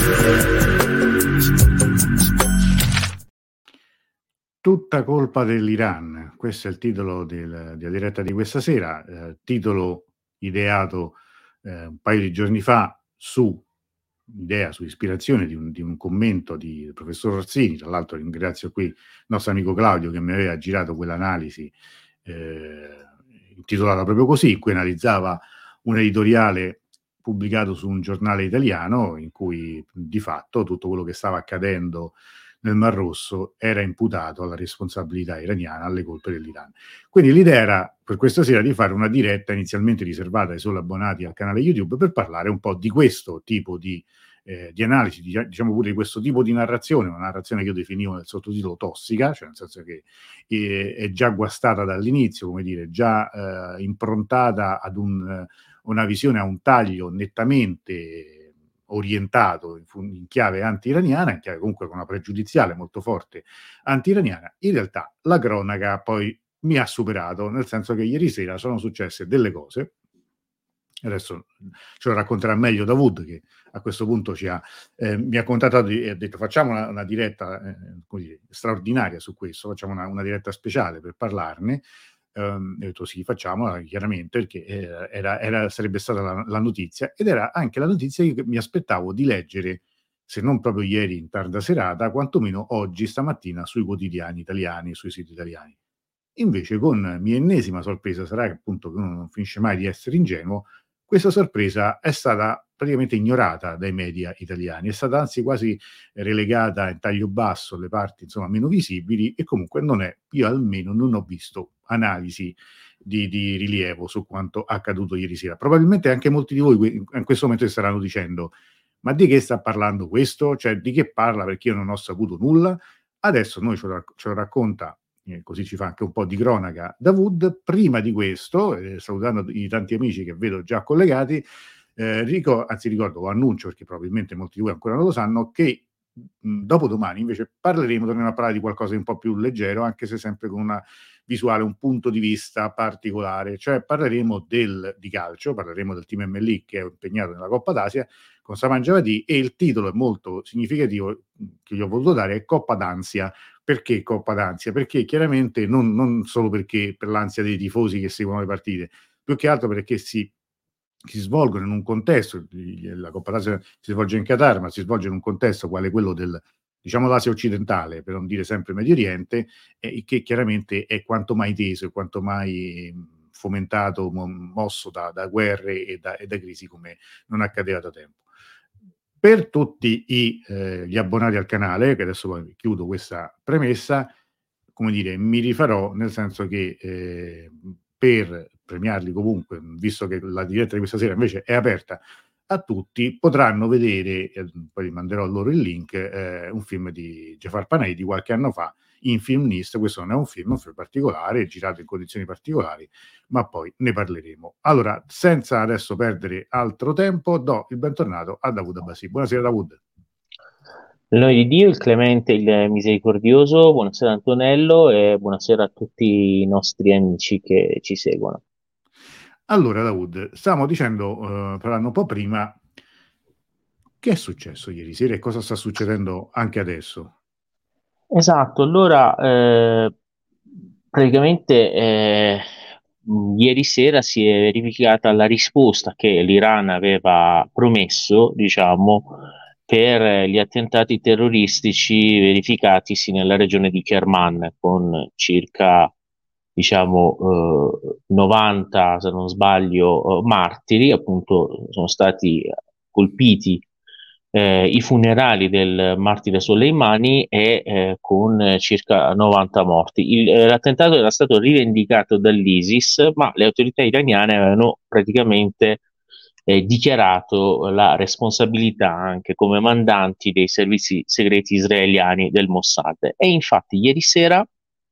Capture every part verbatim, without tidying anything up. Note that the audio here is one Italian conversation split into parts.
Tutta colpa dell'Iran, questo è il titolo del, della diretta di questa sera, eh, titolo ideato eh, un paio di giorni fa su idea, su ispirazione di un, di un commento di professor Orsini. Tra l'altro ringrazio qui il nostro amico Claudio che mi aveva girato quell'analisi eh, intitolata proprio così, in cui analizzava un editoriale pubblicato su un giornale italiano in cui di fatto tutto quello che stava accadendo nel Mar Rosso era imputato alla responsabilità iraniana, alle colpe dell'Iran. Quindi l'idea era per questa sera di fare una diretta inizialmente riservata ai soli abbonati al canale YouTube per parlare un po' di questo tipo di, eh, di analisi, di, diciamo pure di questo tipo di narrazione, una narrazione che io definivo nel sottotitolo tossica, cioè nel senso che è, è già guastata dall'inizio, come dire, già eh, improntata ad un, una visione, a un taglio nettamente orientato in, in chiave anti-iraniana, in chiave comunque con una pregiudiziale molto forte anti-iraniana. In realtà la cronaca poi mi ha superato, nel senso che ieri sera sono successe delle cose, adesso ce lo racconterà meglio Davud, che a questo punto ci ha, eh, mi ha contattato e ha detto facciamo una, una diretta eh, così, straordinaria su questo, facciamo una, una diretta speciale per parlarne. Um, ho detto sì, facciamola chiaramente, perché eh, era, era, sarebbe stata la, la notizia, ed era anche la notizia che mi aspettavo di leggere, se non proprio ieri in tarda serata, quantomeno oggi, stamattina, sui quotidiani italiani, sui siti italiani. Invece, con mia ennesima sorpresa, sarà che appunto che uno non finisce mai di essere ingenuo, questa sorpresa è stata praticamente ignorata dai media italiani, è stata anzi quasi relegata in taglio basso, le parti insomma meno visibili, e comunque non è, io almeno non ho visto analisi di, di rilievo su quanto accaduto ieri sera. Probabilmente anche molti di voi in questo momento staranno dicendo: ma di che sta parlando questo? Cioè, di che parla? Perché io non ho saputo nulla. Adesso noi ce lo, ce lo racconta, eh, così ci fa anche un po' di cronaca Davud. Prima di questo, eh, salutando i tanti amici che vedo già collegati, eh, ricordo, anzi ricordo, o annuncio, perché probabilmente molti di voi ancora non lo sanno, che mh, dopodomani invece parleremo, torneremo a parlare di qualcosa di un po' più leggero, anche se sempre con una visuale, un punto di vista particolare, cioè parleremo del, di calcio, parleremo del team M L I che è impegnato nella Coppa d'Asia con Saman Javadi, e il titolo è molto significativo che gli ho voluto dare, è Coppa d'Ansia. Perché Coppa d'Ansia? Perché chiaramente non, non solo perché per l'ansia dei tifosi che seguono le partite, più che altro perché si, si svolgono in un contesto, la Coppa d'Asia si svolge in Qatar, ma si svolge in un contesto quale quello del, diciamo, l'Asia occidentale, per non dire sempre Medio Oriente, eh, che chiaramente è quanto mai teso e quanto mai fomentato, mosso da, da guerre e da, e da crisi come non accadeva da tempo. Per tutti i, eh, gli abbonati al canale, che adesso poi chiudo questa premessa, come dire, mi rifarò, nel senso che eh, per premiarli comunque, visto che la diretta di questa sera invece è aperta a tutti, potranno vedere, eh, poi manderò loro il link, eh, un film di Jafar Panahi di qualche anno fa, in Filmnist. Questo non è un film, è un film particolare, girato in condizioni particolari, ma poi ne parleremo. Allora, senza adesso perdere altro tempo, do il bentornato a Davud Abbasi. Buonasera Davud. Il nome di Dio, il clemente, il misericordioso, buonasera Antonello e buonasera a tutti i nostri amici che ci seguono. Allora Davud, stavamo dicendo, eh, parlando un po' prima, che è successo ieri sera e cosa sta succedendo anche adesso? Esatto, allora eh, praticamente eh, mh, ieri sera si è verificata la risposta che l'Iran aveva promesso, diciamo, per gli attentati terroristici verificatisi nella regione di Kerman, con circa, diciamo, eh, novanta, se non sbaglio, eh, martiri, appunto, sono stati colpiti eh, i funerali del martire Soleimani e eh, con circa novanta morti. Il- eh, l'attentato era stato rivendicato dall'ISIS, ma le autorità iraniane avevano praticamente eh, dichiarato la responsabilità anche come mandanti dei servizi segreti israeliani del Mossad. E infatti ieri sera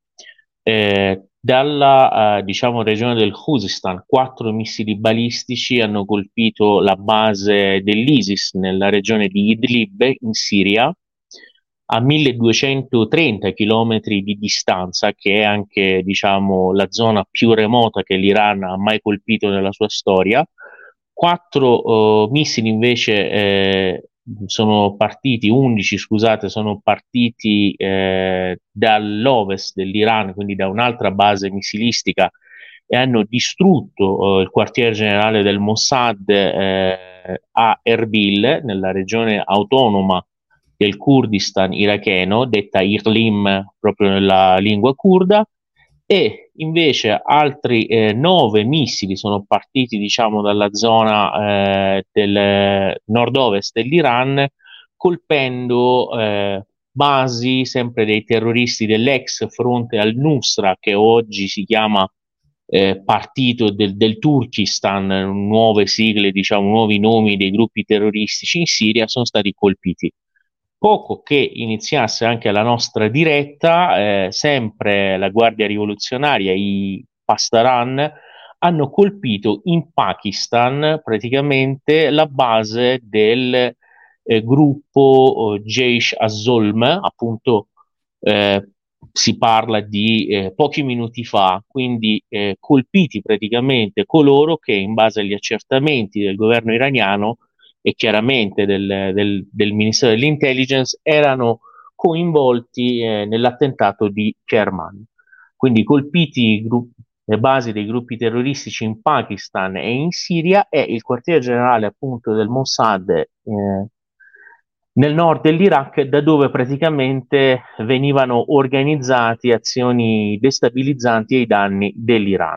eh, dalla eh, diciamo regione del Khuzestan, quattro missili balistici hanno colpito la base dell'ISIS nella regione di Idlib in Siria, a milleduecentotrenta chilometri di distanza, che è anche, diciamo, la zona più remota che l'Iran ha mai colpito nella sua storia. Quattro eh, missili invece eh, sono partiti, undici scusate, sono partiti eh, dall'ovest dell'Iran, quindi da un'altra base missilistica, e hanno distrutto eh, il quartier generale del Mossad eh, a Erbil, nella regione autonoma del Kurdistan iracheno, detta Irlim proprio nella lingua curda, e invece altri eh, nove missili sono partiti, diciamo, dalla zona eh, del nord-ovest dell'Iran, colpendo eh, basi sempre dei terroristi dell'ex fronte al-Nusra, che oggi si chiama eh, Partito del, del Turkistan, nuove sigle, diciamo, nuovi nomi dei gruppi terroristici in Siria, sono stati colpiti. Poco che iniziasse anche la nostra diretta, eh, sempre la Guardia Rivoluzionaria, i Pastaran, hanno colpito in Pakistan praticamente la base del eh, gruppo eh, Jaish al-Zolm, appunto eh, si parla di eh, pochi minuti fa, quindi eh, colpiti praticamente coloro che in base agli accertamenti del governo iraniano e chiaramente del, del, del Ministero dell'Intelligence erano coinvolti eh, nell'attentato di Kerman. Quindi colpiti gru- le basi dei gruppi terroristici in Pakistan e in Siria e il quartier generale appunto del Mossad eh, nel nord dell'Iraq, da dove praticamente venivano organizzati azioni destabilizzanti ai danni dell'Iran.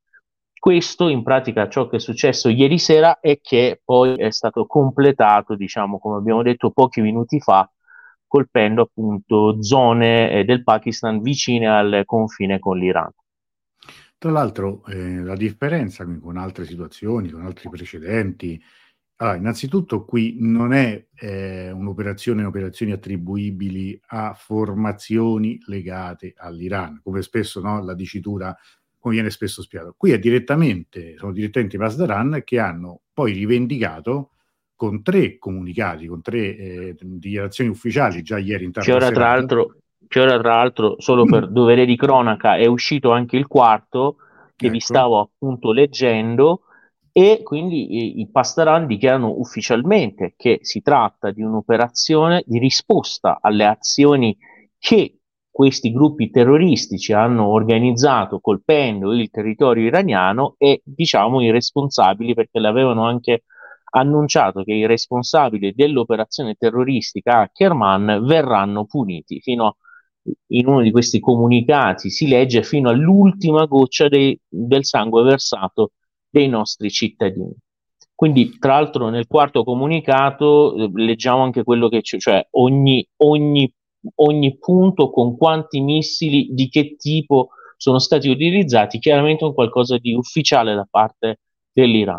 Questo in pratica ciò che è successo ieri sera e che poi è stato completato, diciamo, come abbiamo detto pochi minuti fa, colpendo appunto zone eh, del Pakistan vicine al confine con l'Iran. Tra l'altro, eh, la differenza con altre situazioni, con altri precedenti, allora, innanzitutto qui non è eh, un'operazione, operazioni attribuibili a formazioni legate all'Iran, come spesso, no, la dicitura, come viene spesso spiegato. Qui è direttamente, sono direttamente i Pasdaran che hanno poi rivendicato con tre comunicati, con tre eh, dichiarazioni ufficiali già ieri in Che tarda ora tra serata. l'altro, che ora tra l'altro, solo per dovere di cronaca, è uscito anche il quarto che vi Ecco. stavo appunto leggendo, e quindi i, i Pastaran dichiarano ufficialmente che si tratta di un'operazione di risposta alle azioni che questi gruppi terroristici hanno organizzato colpendo il territorio iraniano, e diciamo i responsabili, perché l'avevano anche annunciato, che i responsabili dell'operazione terroristica a Kerman verranno puniti. Fino a, in uno di questi comunicati si legge fino all'ultima goccia dei, del sangue versato dei nostri cittadini. Quindi, tra l'altro, nel quarto comunicato eh, leggiamo anche quello che c'è, cioè ogni, ogni, ogni punto con quanti missili, di che tipo sono stati utilizzati, chiaramente un qualcosa di ufficiale da parte dell'Iran.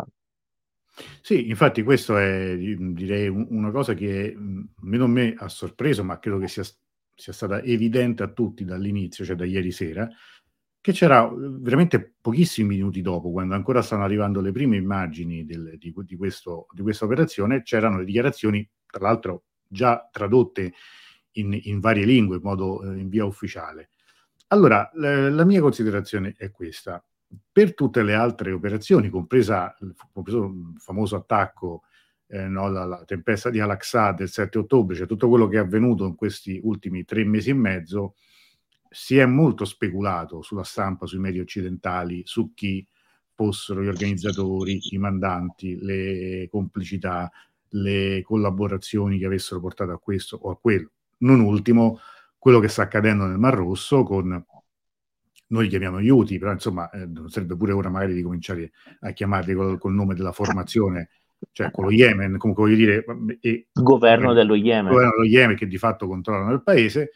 Sì, infatti questo è, direi, un- una cosa che mh, meno me ha sorpreso, ma credo che sia, sia stata evidente a tutti dall'inizio, cioè da ieri sera, che c'era eh, veramente pochissimi minuti dopo, quando ancora stavano arrivando le prime immagini del- di, di questo- di questa operazione, c'erano le dichiarazioni, tra l'altro già tradotte in, in varie lingue, in modo eh, in via ufficiale. Allora, la, la mia considerazione è questa. Per tutte le altre operazioni, compresa, compreso il famoso attacco, eh, no, la, la tempesta di Al-Aqsa del sette ottobre, cioè tutto quello che è avvenuto in questi ultimi tre mesi e mezzo, si è molto speculato sulla stampa, sui media occidentali, su chi fossero gli organizzatori, i mandanti, le complicità, le collaborazioni che avessero portato a questo o a quello. Non ultimo, quello che sta accadendo nel Mar Rosso con, noi li chiamiamo aiuti, però insomma eh, sarebbe pure ora magari di cominciare a chiamarli col, col nome della formazione, cioè con lo Yemen, comunque voglio dire, e Governo dello Yemen. governo dello Yemen che di fatto controllano il paese,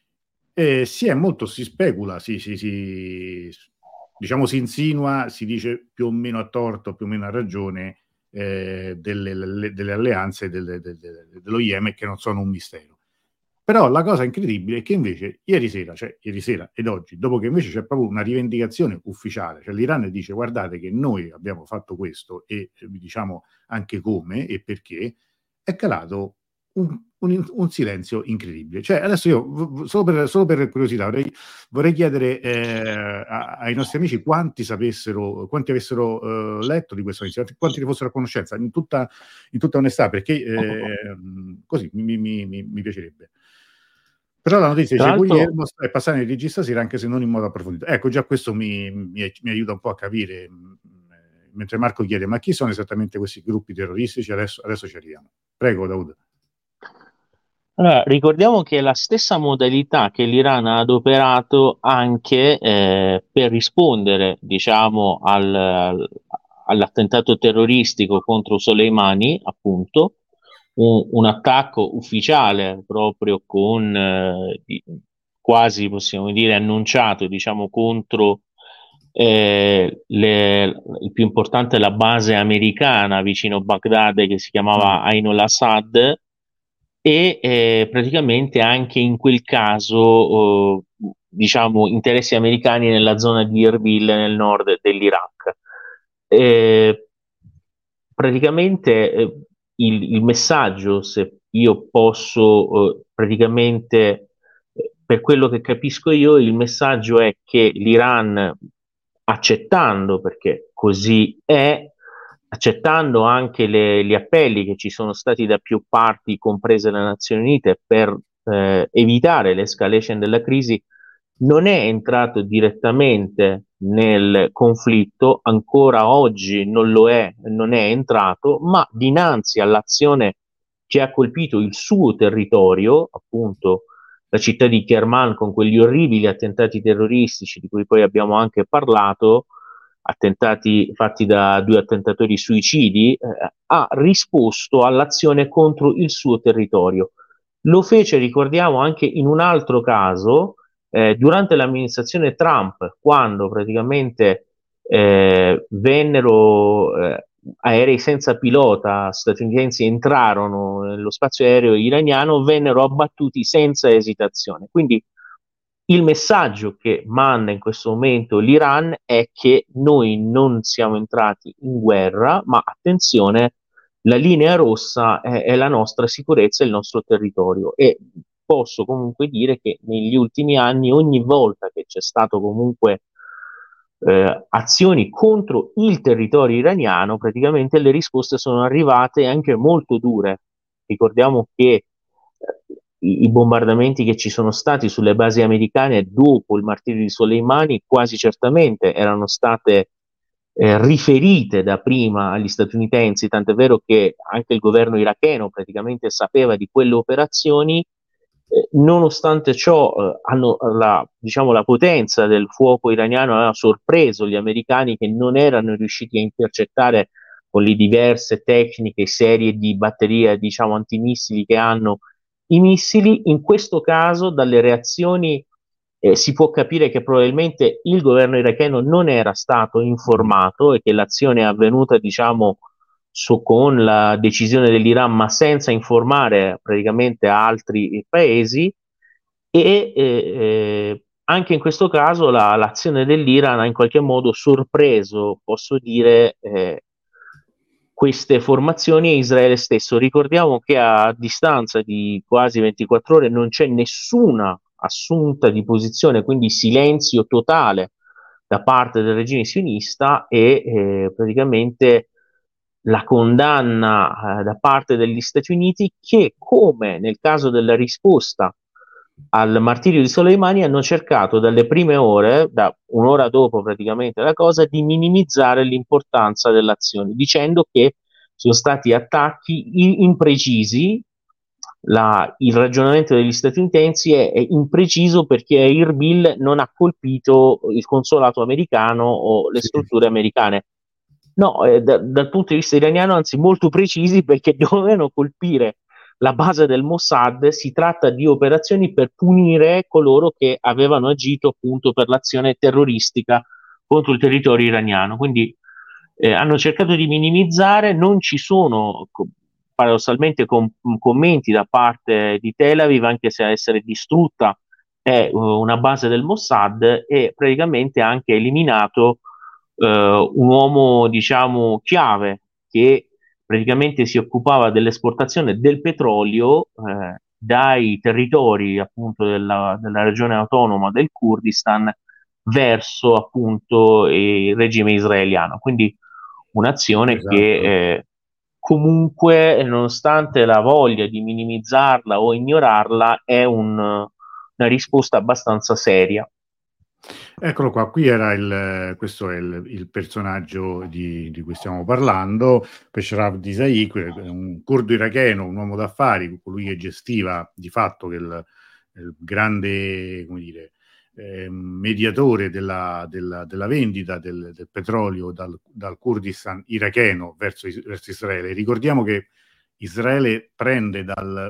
e si è molto, si specula, si, si, si, diciamo si insinua, si dice più o meno a torto, più o meno a ragione, eh, delle, le, delle alleanze del, del, del, dello Yemen, che non sono un mistero. Però la cosa incredibile è che invece ieri sera, cioè ieri sera ed oggi, dopo che invece c'è proprio una rivendicazione ufficiale, cioè l'Iran dice guardate che noi abbiamo fatto questo e vi diciamo anche come e perché, è calato un, un, un silenzio incredibile. Cioè, adesso io, solo per, solo per curiosità, vorrei, vorrei chiedere eh, a, ai nostri amici quanti sapessero, quanti avessero eh, letto di questa notizia, quanti ne fossero a conoscenza, in tutta, in tutta onestà, perché eh, così mi, mi, mi, mi piacerebbe. Però la notizia Tra dice l'altro, Guglielmo è passata nei regista stasera, anche se non in modo approfondito. Ecco, già questo mi, mi, mi aiuta un po' a capire, mentre Marco chiede ma chi sono esattamente questi gruppi terroristici, adesso, adesso ci arriviamo. Prego, Daud. allora, ricordiamo che è la stessa modalità che l'Iran ha adoperato anche eh, per rispondere, diciamo, al- all'attentato terroristico contro Soleimani, appunto, un, un attacco ufficiale proprio con eh, di- quasi possiamo dire annunciato, diciamo, contro eh, le- il più importante, la base americana vicino Baghdad che si chiamava Ain al-Assad e eh, praticamente anche in quel caso, eh, diciamo, interessi americani nella zona di Erbil nel nord dell'Iraq. Eh, praticamente eh, il, il messaggio, se io posso, eh, praticamente, eh, per quello che capisco io, il messaggio è che l'Iran, accettando, perché così è, accettando anche le- gli appelli che ci sono stati da più parti, comprese le Nazioni Unite, per eh, evitare l'escalation della crisi, non è entrato direttamente nel conflitto, ancora oggi non lo è, non è entrato, ma dinanzi all'azione che ha colpito il suo territorio, appunto la città di Kerman con quegli orribili attentati terroristici di cui poi abbiamo anche parlato, attentati fatti da due attentatori suicidi, eh, ha risposto all'azione contro il suo territorio. Lo fece, ricordiamo, anche in un altro caso, eh, durante l'amministrazione Trump, quando praticamente eh, vennero eh, aerei senza pilota statunitensi entrarono nello spazio aereo iraniano, vennero abbattuti senza esitazione. Quindi il messaggio che manda in questo momento l'Iran è che noi non siamo entrati in guerra, ma attenzione, la linea rossa è, è la nostra sicurezza e il nostro territorio. E posso comunque dire che negli ultimi anni, ogni volta che c'è stato comunque eh, azioni contro il territorio iraniano, praticamente le risposte sono arrivate anche molto dure. Ricordiamo che eh, i, i bombardamenti che ci sono stati sulle basi americane dopo il martirio di Soleimani quasi certamente erano state eh, riferite da prima agli statunitensi, tant'è vero che anche il governo iracheno praticamente sapeva di quelle operazioni. Eh, nonostante ciò, eh, hanno la, diciamo, la potenza del fuoco iraniano aveva sorpreso gli americani che non erano riusciti a intercettare con le diverse tecniche e serie di batterie, diciamo, antimissili che hanno i missili. In questo caso, dalle reazioni eh, si può capire che probabilmente il governo iracheno non era stato informato e che l'azione è avvenuta, diciamo, su, con la decisione dell'Iran, ma senza informare praticamente altri paesi. E eh, eh, anche in questo caso la, l'azione dell'Iran ha in qualche modo sorpreso, posso dire, eh, queste formazioni e Israele stesso. Ricordiamo che a distanza di quasi ventiquattro ore non c'è nessuna assunta di posizione, quindi silenzio totale da parte del regime sionista e eh, praticamente la condanna eh, da parte degli Stati Uniti che, come nel caso della risposta al martirio di Soleimani, hanno cercato dalle prime ore, da un'ora dopo praticamente la cosa, di minimizzare l'importanza dell'azione, dicendo che sono stati attacchi imprecisi. La, il ragionamento degli statunitensi è, è impreciso perché Erbil non ha colpito il consolato americano o le Sì. strutture americane. No, eh, da, dal punto di vista iraniano, anzi molto precisi perché dovevano colpire la base del Mossad. Si tratta di operazioni per punire coloro che avevano agito appunto per l'azione terroristica contro il territorio iraniano. Quindi eh, hanno cercato di minimizzare, non ci sono co- paradossalmente com- commenti da parte di Tel Aviv, anche se a essere distrutta è uh, una base del Mossad e praticamente anche eliminato uh, un uomo, diciamo, chiave che praticamente si occupava dell'esportazione del petrolio eh, dai territori appunto della, della regione autonoma del Kurdistan verso appunto il regime israeliano. Quindi un'azione Esatto. che eh, comunque, nonostante la voglia di minimizzarla o ignorarla, è un- una risposta abbastanza seria. Eccolo qua, qui era il, questo è il, il personaggio di, di cui stiamo parlando, Peshraf Disai, un curdo iracheno, un uomo d'affari, colui che gestiva di fatto il, il grande, come dire, eh, mediatore della, della, della vendita del, del petrolio dal, dal Kurdistan iracheno verso, verso Israele. Ricordiamo che Israele prende dal,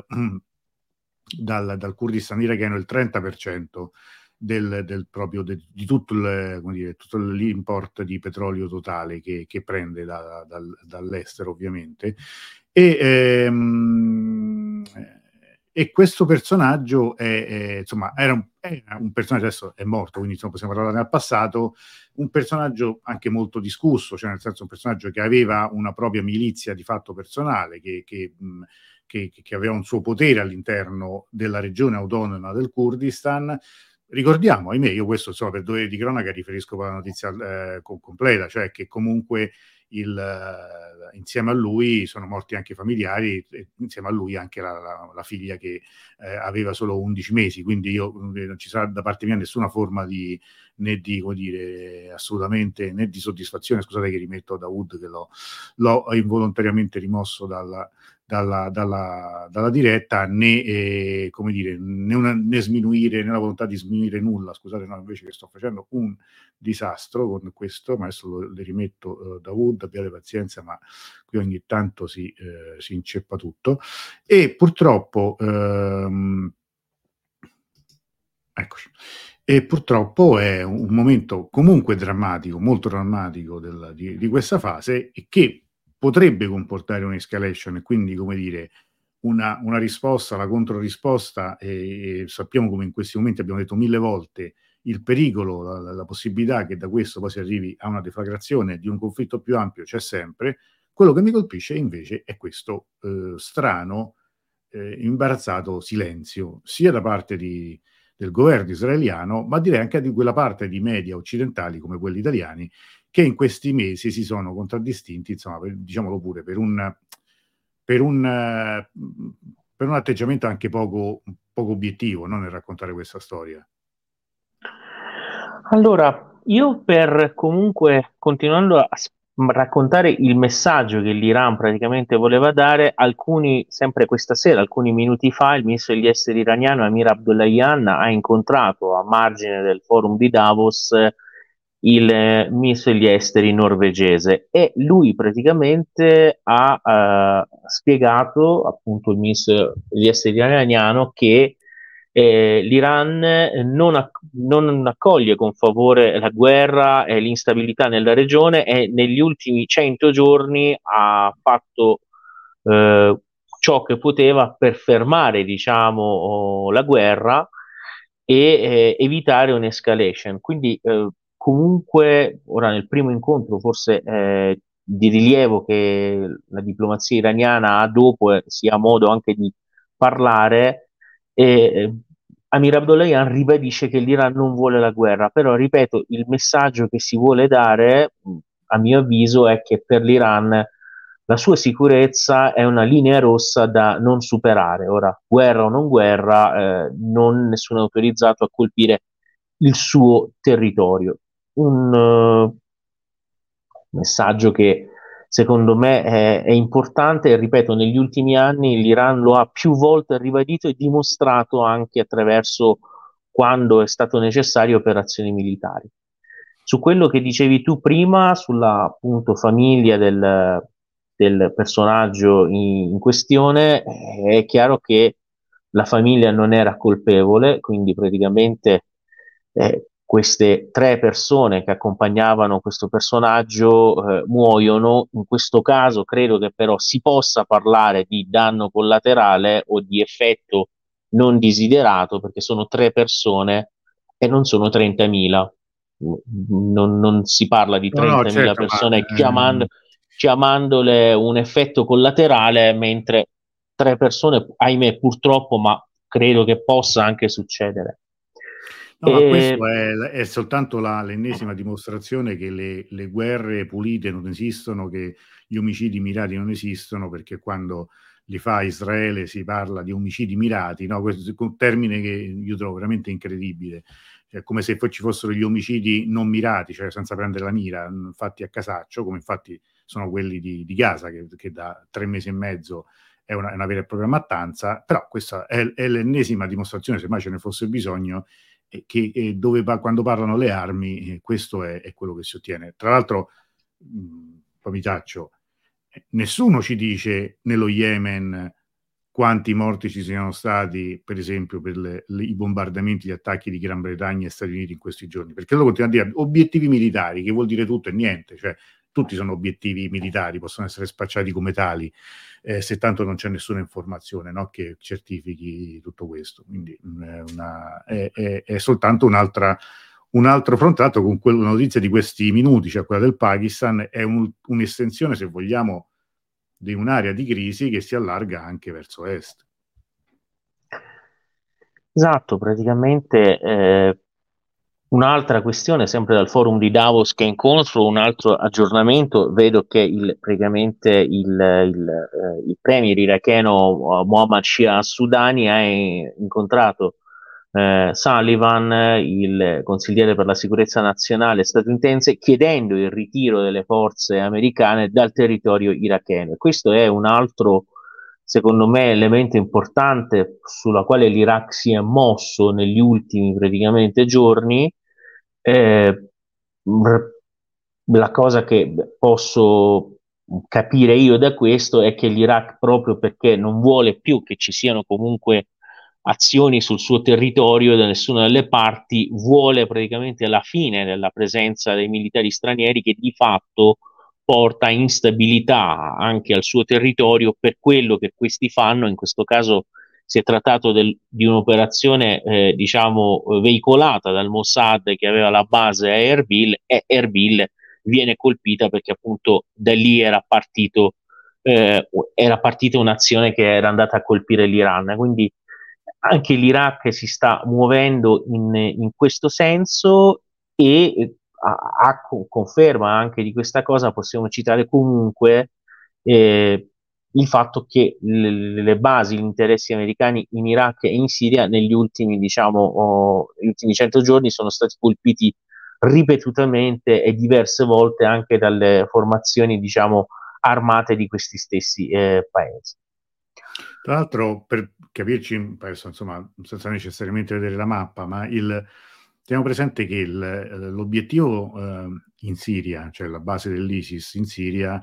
dal, dal Kurdistan iracheno il trenta per cento del, del proprio, de, di tutto, il, come dire, tutto l'import di petrolio totale che, che prende da, da, dall'estero, ovviamente. E, ehm, e questo personaggio è, è, insomma, era un, era un personaggio, adesso è morto, quindi insomma, possiamo parlare del passato, un personaggio anche molto discusso, cioè nel senso un personaggio che aveva una propria milizia di fatto personale, che, che mh, che, che, aveva un suo potere all'interno della regione autonoma del Kurdistan. Ricordiamo, ahimè, io questo insomma per dovere di cronaca riferisco per la notizia eh, completa, cioè che comunque il, uh, insieme a lui sono morti anche i familiari, e insieme a lui anche la, la, la figlia che eh, aveva solo undici mesi, quindi io non ci sarà da parte mia nessuna forma di né di, come dire, assolutamente né di soddisfazione, scusate che rimetto Dawood che l'ho, l'ho involontariamente rimosso dalla, dalla, dalla, dalla diretta, né, eh, come dire, né, una, né sminuire, né la volontà di sminuire nulla, scusate, no, invece che sto facendo un disastro con questo, ma adesso lo, le rimetto uh, da Wood, abbiate pazienza, ma qui ogni tanto si, eh, si inceppa tutto, e purtroppo ehm, eccoci. E purtroppo è un momento comunque drammatico, molto drammatico della, di, di questa fase, e che potrebbe comportare un'escalation e quindi, come dire, una, una risposta, la controrisposta, e, e sappiamo come in questi momenti abbiamo detto mille volte il pericolo, la, la possibilità che da questo poi si arrivi a una deflagrazione di un conflitto più ampio c'è sempre. Quello che mi colpisce invece è questo eh, strano, eh, imbarazzato silenzio, sia da parte di del governo israeliano, ma direi anche di quella parte di media occidentali come quelli italiani che in questi mesi si sono contraddistinti, insomma, per, diciamolo pure, per un, per un, per un atteggiamento anche poco, poco obiettivo, no, nel raccontare questa storia. Allora, io per comunque continuando a s- raccontare il messaggio che l'Iran praticamente voleva dare, alcuni, sempre questa sera, alcuni minuti fa, il ministro degli esteri iraniano Amir Abdollahian ha incontrato a margine del forum di Davos eh, il eh, ministro degli esteri norvegese e lui praticamente ha eh, spiegato, appunto il ministro degli esteri iraniano, che eh, l'Iran non, acc- non accoglie con favore la guerra e l'instabilità nella regione e negli ultimi cento giorni ha fatto eh, ciò che poteva per fermare, diciamo, oh, la guerra e eh, evitare un'escalation. Quindi, eh, comunque, ora nel primo incontro, forse eh, di rilievo che la diplomazia iraniana ha dopo, eh, sia modo anche di parlare. E, eh, Amir Abdollahian ribadisce che l'Iran non vuole la guerra, però ripeto, il messaggio che si vuole dare, mh, a mio avviso, è che per l'Iran la sua sicurezza è una linea rossa da non superare. Ora, guerra o non guerra, eh, non nessuno è autorizzato a colpire il suo territorio. Un uh, messaggio che secondo me è, è importante e ripeto, negli ultimi anni l'Iran lo ha più volte ribadito e dimostrato anche attraverso, quando è stato necessario, operazioni militari. Su quello che dicevi tu prima, sulla appunto famiglia del, del personaggio in, in questione, eh, è chiaro che la famiglia non era colpevole, quindi praticamente eh, queste tre persone che accompagnavano questo personaggio eh, muoiono. In questo caso credo che però si possa parlare di danno collaterale o di effetto non desiderato, perché sono tre persone e non sono trentamila. Non, non si parla di No, no, trentamila certo, ma persone chiamando, ehm, chiamandole un effetto collaterale, mentre tre persone, ahimè, purtroppo, ma credo che possa anche succedere. No, ma questo E... è, è soltanto la, l'ennesima dimostrazione che le, le guerre pulite non esistono, che gli omicidi mirati non esistono, perché quando li fa Israele si parla di omicidi mirati, no? Questo è un termine che io trovo veramente incredibile, cioè, come se ci fossero gli omicidi non mirati, cioè senza prendere la mira, fatti a casaccio, come infatti sono quelli di, di Gaza, che, che da tre mesi e mezzo è una, è una vera e propria mattanza, però questa è, è l'ennesima dimostrazione, se mai ce ne fosse bisogno, che eh, dove va, quando parlano le armi, eh, questo è, è quello che si ottiene. Tra l'altro, mh, poi mi taccio, eh, nessuno ci dice nello Yemen quanti morti ci siano stati, per esempio, per le, le, i bombardamenti, gli attacchi di Gran Bretagna e Stati Uniti in questi giorni, perché loro continuano a dire obiettivi militari, che vuol dire tutto e niente, cioè tutti sono obiettivi militari, possono essere spacciati come tali, eh, se tanto non c'è nessuna informazione, no, che certifichi tutto questo. Quindi è, una, è, è, è soltanto un'altra, un altro frontato con quella notizia di questi minuti, cioè quella del Pakistan, è un, un'estensione, se vogliamo, di un'area di crisi che si allarga anche verso est. Esatto, praticamente eh, un'altra questione, sempre dal forum di Davos che incontro, un altro aggiornamento, vedo che il, praticamente il, il, eh, il premier iracheno Mohammad Shia Sudani ha incontrato eh, Sullivan, il consigliere per la sicurezza nazionale statunitense, chiedendo il ritiro delle forze americane dal territorio iracheno. Questo è un altro, secondo me, elemento importante sulla quale l'Iraq si è mosso negli ultimi praticamente giorni. Eh, la cosa che posso capire io da questo è che l'Iraq, proprio perché non vuole più che ci siano comunque azioni sul suo territorio da nessuna delle parti, vuole praticamente la fine della presenza dei militari stranieri, che di fatto porta instabilità anche al suo territorio per quello che questi fanno. In questo caso si è trattato del, di un'operazione eh, diciamo veicolata dal Mossad, che aveva la base a Erbil, e Erbil viene colpita perché appunto da lì era partito eh, era partita un'azione che era andata a colpire l'Iran. Quindi anche l'Iraq si sta muovendo in, in questo senso, e a, a conferma anche di questa cosa possiamo citare comunque eh, il fatto che le, le basi, gli interessi americani in Iraq e in Siria negli ultimi, diciamo, oh, gli ultimi cento giorni sono stati colpiti ripetutamente e diverse volte anche dalle formazioni, diciamo, armate di questi stessi eh, paesi. Tra l'altro, per capirci, adesso, insomma, senza necessariamente vedere la mappa, ma il, teniamo presente che il, l'obiettivo eh, in Siria, cioè la base dell'ISIS in Siria,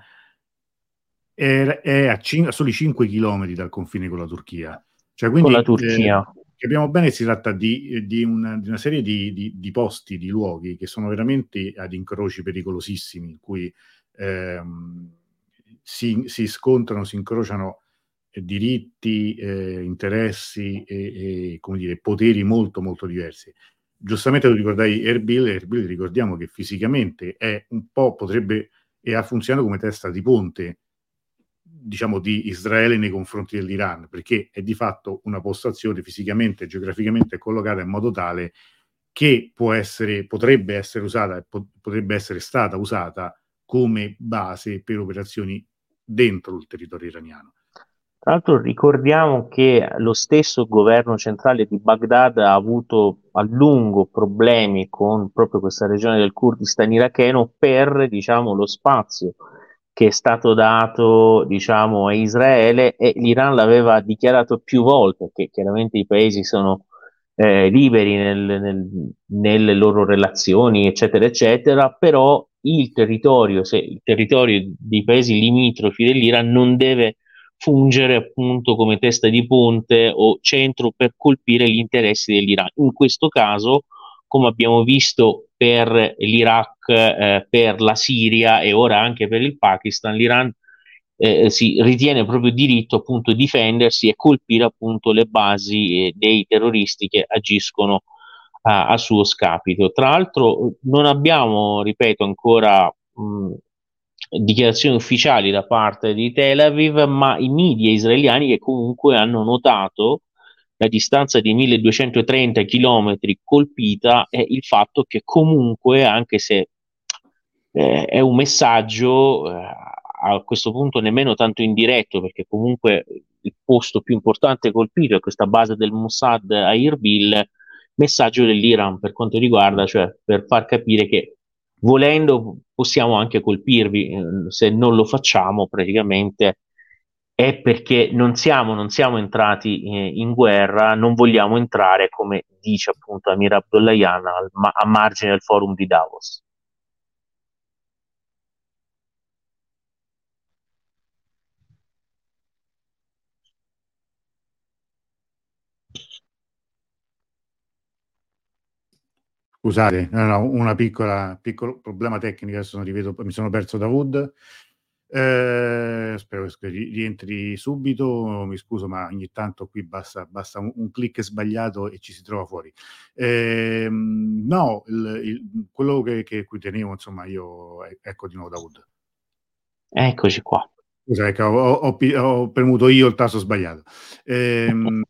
è, è a, cin- a soli cinque chilometri dal confine con la Turchia. Cioè, Con la quindi eh, Turchia. capiamo bene, si tratta di, di, una, di una serie di, di, di posti, di luoghi che sono veramente ad incroci pericolosissimi, in cui ehm, si, si scontrano, si incrociano eh, diritti, eh, interessi e, e, come dire, poteri molto molto diversi. Giustamente tu ricordai Erbil, Erbil ricordiamo che fisicamente è un po', potrebbe, e ha funzionato come testa di ponte, diciamo, di Israele nei confronti dell'Iran, perché è di fatto una postazione fisicamente, geograficamente collocata in modo tale che può essere, potrebbe essere usata e po- potrebbe essere stata usata come base per operazioni dentro il territorio iraniano. Tra l'altro ricordiamo che lo stesso governo centrale di Baghdad ha avuto a lungo problemi con proprio questa regione del Kurdistan iracheno per, diciamo, lo spazio che è stato dato, diciamo, a Israele, e l'Iran l'aveva dichiarato più volte, che chiaramente i paesi sono eh, liberi nel, nel, nelle loro relazioni, eccetera, eccetera, però il territorio, se il territorio dei paesi limitrofi dell'Iran non deve fungere appunto come testa di ponte o centro per colpire gli interessi dell'Iran. In questo caso, come abbiamo visto per l'Iraq, eh, per la Siria e ora anche per il Pakistan, l'Iran eh, si ritiene proprio diritto appunto difendersi e colpire appunto le basi eh, dei terroristi che agiscono a, a suo scapito. Tra l'altro non abbiamo, ripeto, ancora mh, dichiarazioni ufficiali da parte di Tel Aviv, ma i media israeliani che comunque hanno notato la distanza di milleduecentotrenta chilometri colpita e il fatto che comunque, anche se eh, è un messaggio eh, a questo punto nemmeno tanto indiretto, perché comunque il posto più importante colpito è questa base del Mossad a Irbil, messaggio dell'Iran per quanto riguarda, cioè per far capire che volendo possiamo anche colpirvi, eh, se non lo facciamo praticamente è perché non siamo, non siamo entrati eh, in guerra, non vogliamo entrare, come dice appunto Amir Abdollahian, al, ma- a margine del forum di Davos. Scusate, no, no, una piccola piccolo problema tecnico, adesso non rivedo, mi sono perso Dawood. Eh, spero che ri- rientri subito, mi scuso, ma ogni tanto qui basta, basta un, un click sbagliato e ci si trova fuori. Ehm, no, il- il- quello che, che cui tenevo, insomma, io, e- ecco di nuovo Dawood. Eccoci qua. Scusa, ecco, ho, ho pi- ho premuto io il tasto sbagliato. Ehm,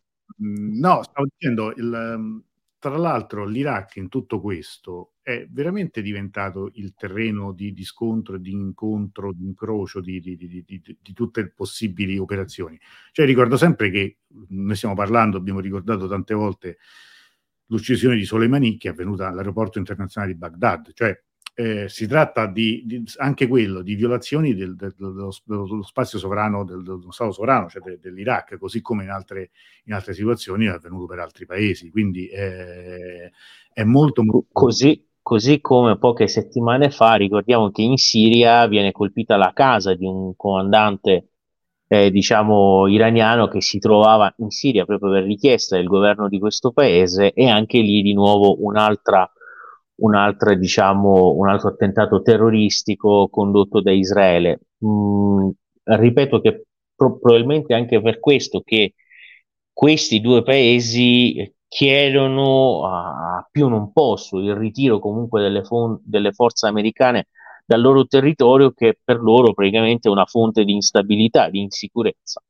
no, stavo dicendo, il, um, tra l'altro l'Iraq in tutto questo è veramente diventato il terreno di, di scontro, di incontro, di incrocio di, di- di- di- di- di tutte le possibili operazioni. Cioè ricordo sempre che ne stiamo parlando, abbiamo ricordato tante volte l'uccisione di Soleimani che è avvenuta all'aeroporto internazionale di Baghdad, cioè eh, si tratta di, di- anche quello di violazioni del, del- dello, dello spazio sovrano, del, dello Stato sovrano, cioè de- dell'Iraq, così come in altre, in altre situazioni è avvenuto per altri paesi. Quindi eh, è molto, Co- molto. Così, così come poche settimane fa ricordiamo che in Siria viene colpita la casa di un comandante, eh, diciamo, iraniano che si trovava in Siria proprio per richiesta del governo di questo paese, e anche lì di nuovo un'altra, un'altra, diciamo, un altro attentato terroristico condotto da Israele. Mm, ripeto che pro- probabilmente anche per questo che questi due paesi eh, chiedono a più non posso il ritiro comunque delle, fon- delle forze americane dal loro territorio, che per loro praticamente è una fonte di instabilità, di insicurezza.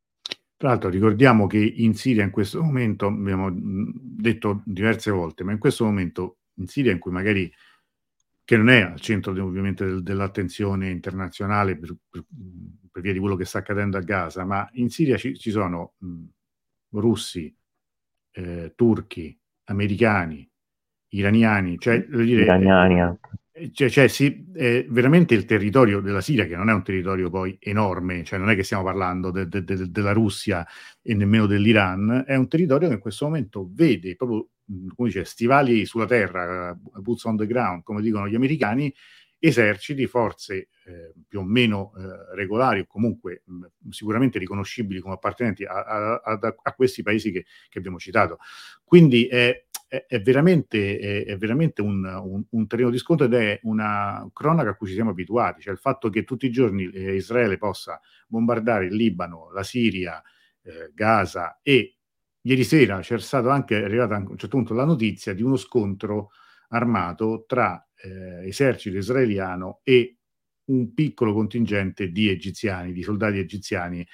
Tra l'altro ricordiamo che in Siria in questo momento, abbiamo mh, detto diverse volte, ma in questo momento in Siria in cui magari, che non è al centro de- ovviamente del- dell'attenzione internazionale per, per- per via di quello che sta accadendo a Gaza, ma in Siria ci, ci sono mh, russi, eh, turchi, americani, iraniani, cioè, voglio dire, eh, Iraniani anche. eh, cioè, cioè, sì, è veramente il territorio della Siria, che non è un territorio poi enorme, cioè non è che stiamo parlando de- de- de- della Russia e nemmeno dell'Iran, è un territorio che in questo momento vede proprio, mh, come dice, stivali sulla terra, uh, boots on the ground, come dicono gli americani, eserciti, forze eh, più o meno eh, regolari o comunque mh, sicuramente riconoscibili come appartenenti a, a- a- a questi paesi che, che abbiamo citato. Quindi è, è- è veramente, è, è veramente un, un- un terreno di scontro ed è una cronaca a cui ci siamo abituati, cioè il fatto che tutti i giorni eh, Israele possa bombardare il Libano, la Siria, eh, Gaza, e ieri sera c'è stato anche, è arrivata a un certo punto la notizia di uno scontro armato tra eh, esercito israeliano e un piccolo contingente di egiziani, di soldati egiziani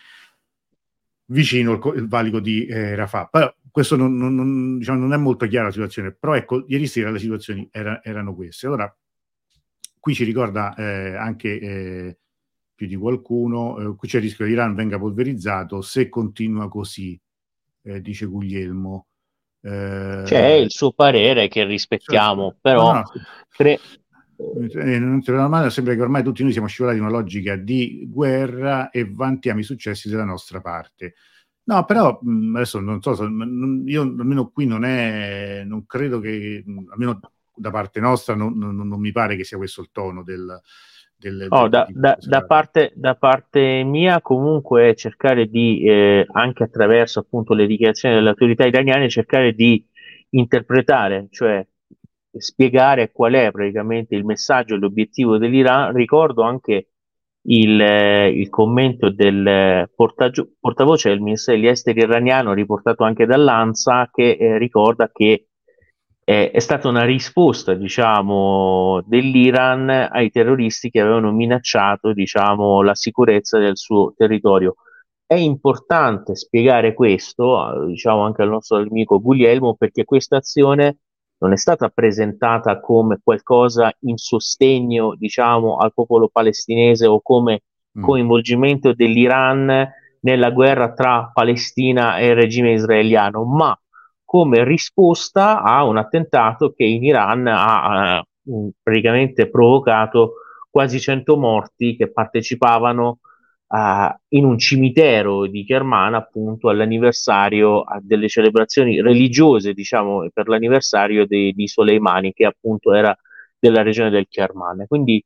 vicino il, il valico di eh, Rafah. Però questo non, non, non, diciamo, non è molto chiara la situazione, però ecco, ieri sera le situazioni era, erano queste. Allora, qui ci ricorda eh, anche eh, più di qualcuno, eh, qui c'è il rischio che l'Iran venga polverizzato se continua così, eh, dice Guglielmo. C'è Eh, il suo parere che certo. rispettiamo, No, però no, cre- eh, non ti male, sembra che ormai tutti noi siamo scivolati in una logica di guerra e vantiamo i successi della nostra parte. No, però mh, adesso non so, se- non- io almeno qui non è, non credo che, mh, almeno da parte nostra, non, non- non mi pare che sia questo il tono del, del- Oh, de- di, da, di da- questa da serata. parte, da parte mia comunque cercare di, eh, anche attraverso appunto le dichiarazioni delle autorità italiane, cercare di interpretare, cioè spiegare qual è praticamente il messaggio e l'obiettivo dell'Iran. Ricordo anche il, eh, il commento del eh, portagio- portavoce del Ministero degli Esteri iraniano, riportato anche dall'ANSA, che eh, ricorda che eh, è stata una risposta, diciamo, dell'Iran ai terroristi che avevano minacciato, diciamo, la sicurezza del suo territorio. È importante spiegare questo, eh, diciamo anche al nostro amico Guglielmo, perché questa azione non è stata presentata come qualcosa in sostegno, diciamo, al popolo palestinese o come Mm. coinvolgimento dell'Iran nella guerra tra Palestina e il regime israeliano, ma come risposta a un attentato che in Iran ha eh, praticamente provocato quasi cento morti che partecipavano uh, in un cimitero di Kerman appunto all'anniversario uh, delle celebrazioni religiose, diciamo, per l'anniversario de- di Soleimani, che appunto era della regione del Kerman. Quindi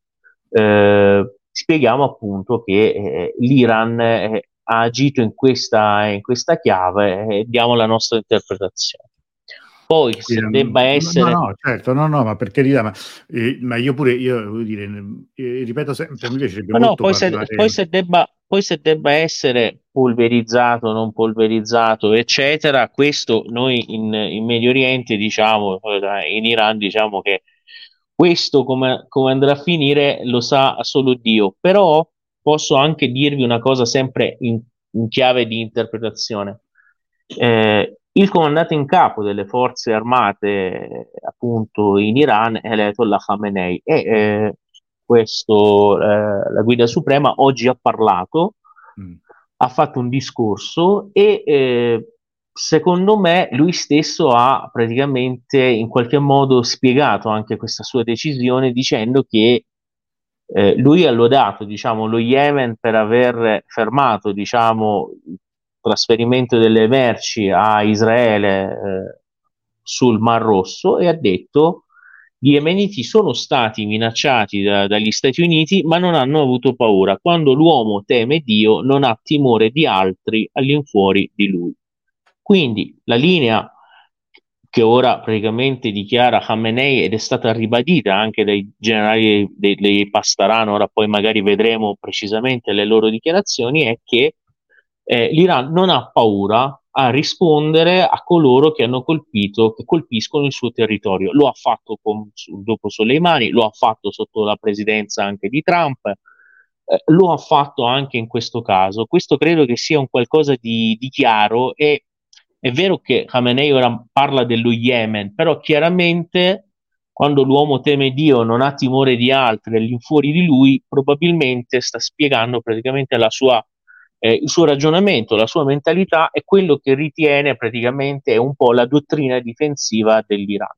eh, spieghiamo appunto che eh, l'Iran eh, ha agito in questa, in questa chiave e diamo la nostra interpretazione. Poi, Quindi, se debba mm, no, essere no, certo, no, no, ma per carità, ma, eh, ma io pure, io voglio dire, eh, ripeto sempre, mi piacerebbe No, no, molto poi se, poi parlare. se debba, poi se debba essere polverizzato, non polverizzato, eccetera, questo noi in, in Medio Oriente, diciamo, in Iran, diciamo che questo come, come andrà a finire lo sa solo Dio, però posso anche dirvi una cosa sempre in, in chiave di interpretazione. Eh, il comandante in capo delle forze armate, eh, appunto, in Iran è l'Ayatollah Khamenei e eh, questo, eh, la guida suprema, oggi ha parlato, Mm. ha fatto un discorso e eh, secondo me lui stesso ha praticamente in qualche modo spiegato anche questa sua decisione dicendo che eh, lui ha lodato, diciamo, lo Yemen per aver fermato, diciamo, il trasferimento delle merci a Israele eh, sul Mar Rosso e ha detto gli yemeniti sono stati minacciati da- dagli Stati Uniti, ma non hanno avuto paura. Quando l'uomo teme Dio, non ha timore di altri all'infuori di lui. Quindi la linea che ora praticamente dichiara Khamenei ed è stata ribadita anche dai generali dei, dei Pasdaran, ora poi magari vedremo precisamente le loro dichiarazioni, è che eh, l'Iran non ha paura a rispondere a coloro che hanno colpito, che colpiscono il suo territorio. Lo ha fatto con, dopo Soleimani, lo ha fatto sotto la presidenza anche di Trump, eh, lo ha fatto anche in questo caso. Questo credo che sia un qualcosa di, di chiaro e è vero che Khamenei ora parla dello Yemen, però chiaramente quando l'uomo teme Dio, non ha timore di altri, all'infuori di lui, probabilmente sta spiegando praticamente la sua, eh, il suo ragionamento, la sua mentalità e quello che ritiene praticamente è un po' la dottrina difensiva dell'Iran.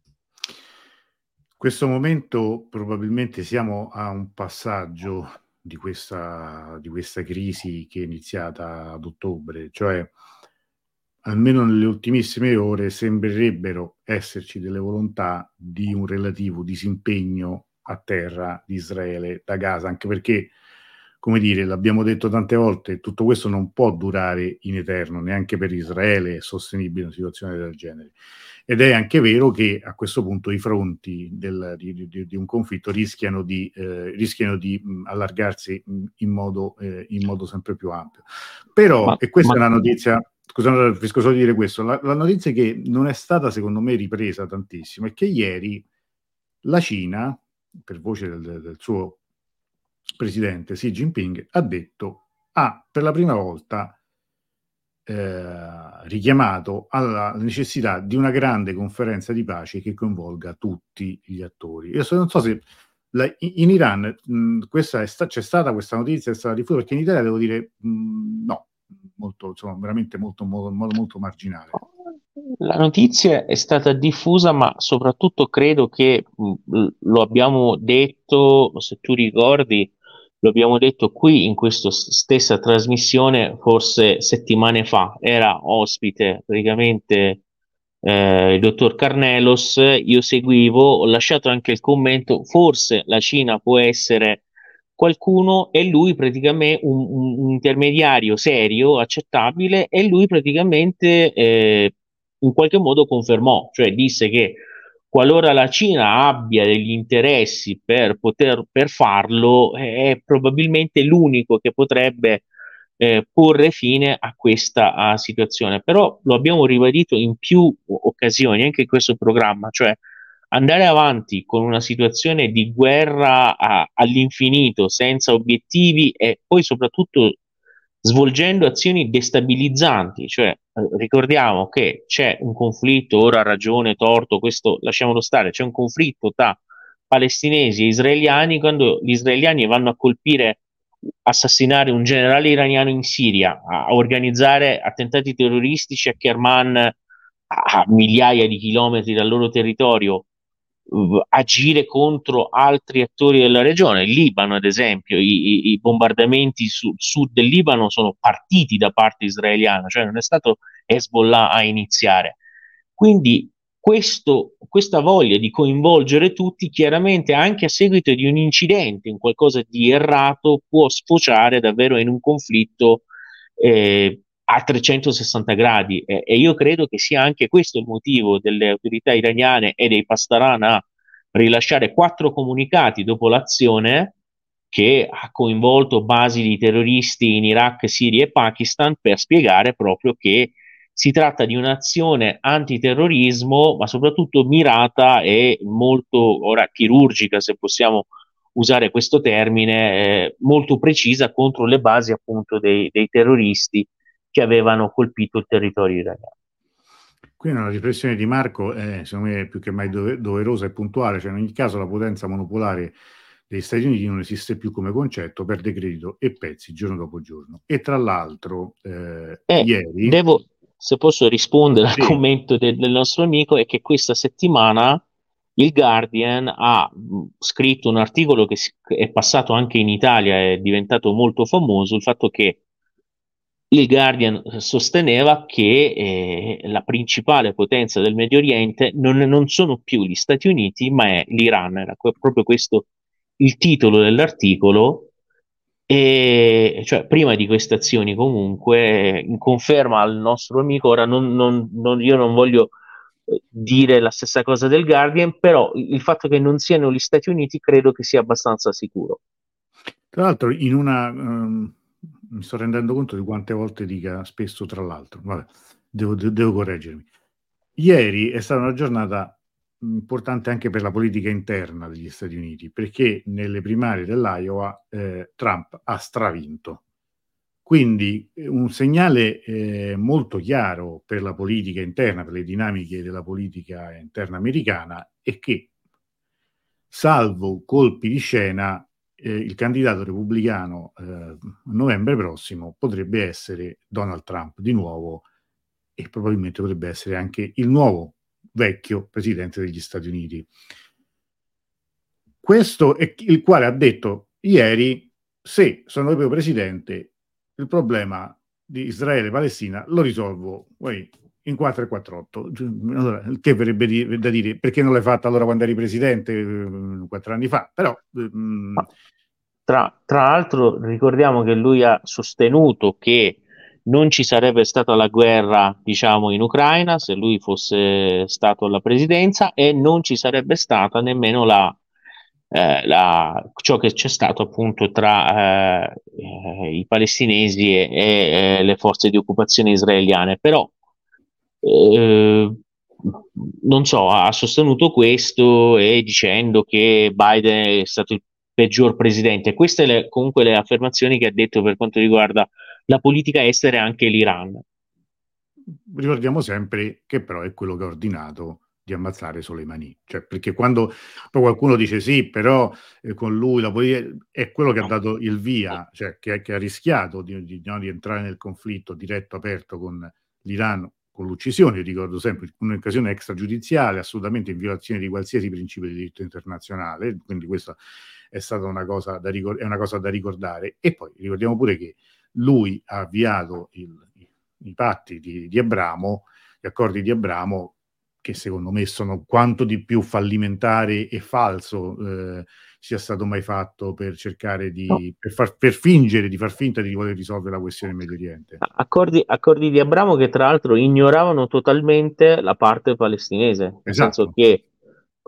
In questo momento probabilmente siamo a un passaggio di questa, di questa crisi che è iniziata ad ottobre, cioè almeno nelle ultimissime ore sembrerebbero esserci delle volontà di un relativo disimpegno a terra di Israele da Gaza, anche perché, come dire, l'abbiamo detto tante volte, tutto questo non può durare in eterno, neanche per Israele è sostenibile una situazione del genere. Ed è anche vero che a questo punto i fronti del, di, di, di un conflitto rischiano di, eh, rischiano di mh, allargarsi mh, in, modo, eh, in modo sempre più ampio. Però, Ma, e questa ma è una notizia, scusa, riesco solo di dire questo, la, la notizia che non è stata secondo me ripresa tantissimo è che ieri la Cina, per voce del, del suo presidente Xi Jinping, ha detto, ha per la prima volta eh, richiamato alla necessità di una grande conferenza di pace che coinvolga tutti gli attori. Io so, non so se la, in Iran mh, questa è sta, c'è stata questa notizia, è stata diffusa, perché in Italia devo dire mh, no, molto, insomma, veramente molto, molto, molto, molto marginale. la notizia è stata diffusa, ma soprattutto credo che mh, lo abbiamo detto, se tu ricordi, lo abbiamo detto qui in questa stessa trasmissione, forse settimane fa. Era ospite praticamente eh, il dottor Carnelos. Io seguivo, ho lasciato anche il commento, forse la Cina può essere qualcuno e lui praticamente un, un- un intermediario serio, accettabile, e lui praticamente eh, in qualche modo confermò, cioè disse che qualora la Cina abbia degli interessi per poter per farlo, è probabilmente l'unico che potrebbe eh, porre fine a questa a situazione. Però lo abbiamo ribadito in più occasioni, anche in questo programma, cioè andare avanti con una situazione di guerra a- all'infinito, senza obiettivi e poi soprattutto svolgendo azioni destabilizzanti, cioè eh, ricordiamo che c'è un conflitto, ora ragione, torto, questo lasciamolo stare, c'è un conflitto tra palestinesi e israeliani quando gli israeliani vanno a colpire, assassinare un generale iraniano in Siria, a organizzare attentati terroristici a Kerman a, a migliaia di chilometri dal loro territorio, uh, agire contro altri attori della regione. Il Libano, ad esempio, i, i- i bombardamenti sul sud del Libano sono partiti da parte israeliana, cioè non è stato Hezbollah a iniziare. Quindi questo, questa voglia di coinvolgere tutti, chiaramente anche a seguito di un incidente, in qualcosa di errato, può sfociare davvero in un conflitto eh, a trecentosessanta gradi. E, e io credo che sia anche questo il motivo delle autorità iraniane e dei Pasdaran a rilasciare quattro comunicati dopo l'azione che ha coinvolto basi di terroristi in Iraq, Siria e Pakistan, per spiegare proprio che si tratta di un'azione antiterrorismo, ma soprattutto mirata e molto, ora chirurgica, se possiamo usare questo termine, eh, molto precisa contro le basi appunto dei, dei terroristi che avevano colpito il territorio iraniano. Qui una riflessione di Marco è, secondo me, più che mai dove- doverosa e puntuale, cioè in ogni caso la potenza monopolare degli Stati Uniti non esiste più come concetto, perde credito e pezzi giorno dopo giorno. E tra l'altro, eh, E ieri, devo, se posso rispondere al sì, commento del, del nostro amico, è che questa settimana il Guardian ha mh, scritto un articolo che si- che è passato anche in Italia, è diventato molto famoso, il fatto che il Guardian sosteneva che eh, la principale potenza del Medio Oriente non, non sono più gli Stati Uniti, ma è l'Iran. Era que- proprio questo il titolo dell'articolo. E cioè, prima di queste azioni, comunque, in conferma al nostro amico, ora non, non- non- io non voglio eh, dire la stessa cosa del Guardian, però il fatto che non siano gli Stati Uniti credo che sia abbastanza sicuro. tra l'altro in una... ehm, mi sto rendendo conto di quante volte dica spesso tra l'altro, vabbè, devo, de- devo correggermi. Ieri è stata una giornata importante anche per la politica interna degli Stati Uniti, perché nelle primarie dell'Iowa eh, Trump ha stravinto. Quindi eh, un segnale eh, molto chiaro per la politica interna, per le dinamiche della politica interna americana, è che, salvo colpi di scena, eh, il candidato repubblicano eh, a novembre prossimo potrebbe essere Donald Trump di nuovo e probabilmente potrebbe essere anche il nuovo vecchio presidente degli Stati Uniti. Questo è il quale ha detto ieri: se sono proprio presidente, il problema di Israele e Palestina lo risolvo uè, in quattro e quarantotto. Allora, che verrebbe di, da dire, perché non l'hai fatta allora quando eri presidente eh, quattro anni fa? Però ehm, Tra, tra l'altro ricordiamo che lui ha sostenuto che non ci sarebbe stata la guerra, diciamo, in Ucraina se lui fosse stato alla presidenza e non ci sarebbe stata nemmeno la, eh, la- ciò che c'è stato appunto tra eh, eh, i palestinesi e, e, eh, le forze di occupazione israeliane. Però eh, non so, ha sostenuto questo e dicendo che Biden è stato il peggior presidente. Queste le, comunque le affermazioni che ha detto per quanto riguarda la politica estera e anche l'Iran. ricordiamo sempre che però è quello che ha ordinato di ammazzare Soleimani, cioè, perché quando poi qualcuno dice sì, però eh, con lui la politica è quello che ha dato il via, cioè che, che ha rischiato di, di, no, di entrare nel conflitto diretto aperto con l'Iran, con l'uccisione, ricordo sempre, un'occasione extragiudiziale, assolutamente in violazione di qualsiasi principio di diritto internazionale, quindi questa è stata una cosa da, ricor- è una cosa da ricordare. E poi ricordiamo pure che lui ha avviato il, i patti di, di Abramo, gli accordi di Abramo, che secondo me sono quanto di più fallimentare e falso eh, sia stato mai fatto per cercare No. di, per, far, per fingere di far finta di voler risolvere la questione in Medio Oriente. Accordi, accordi di Abramo che tra l'altro ignoravano totalmente la parte palestinese, nel senso Esatto. che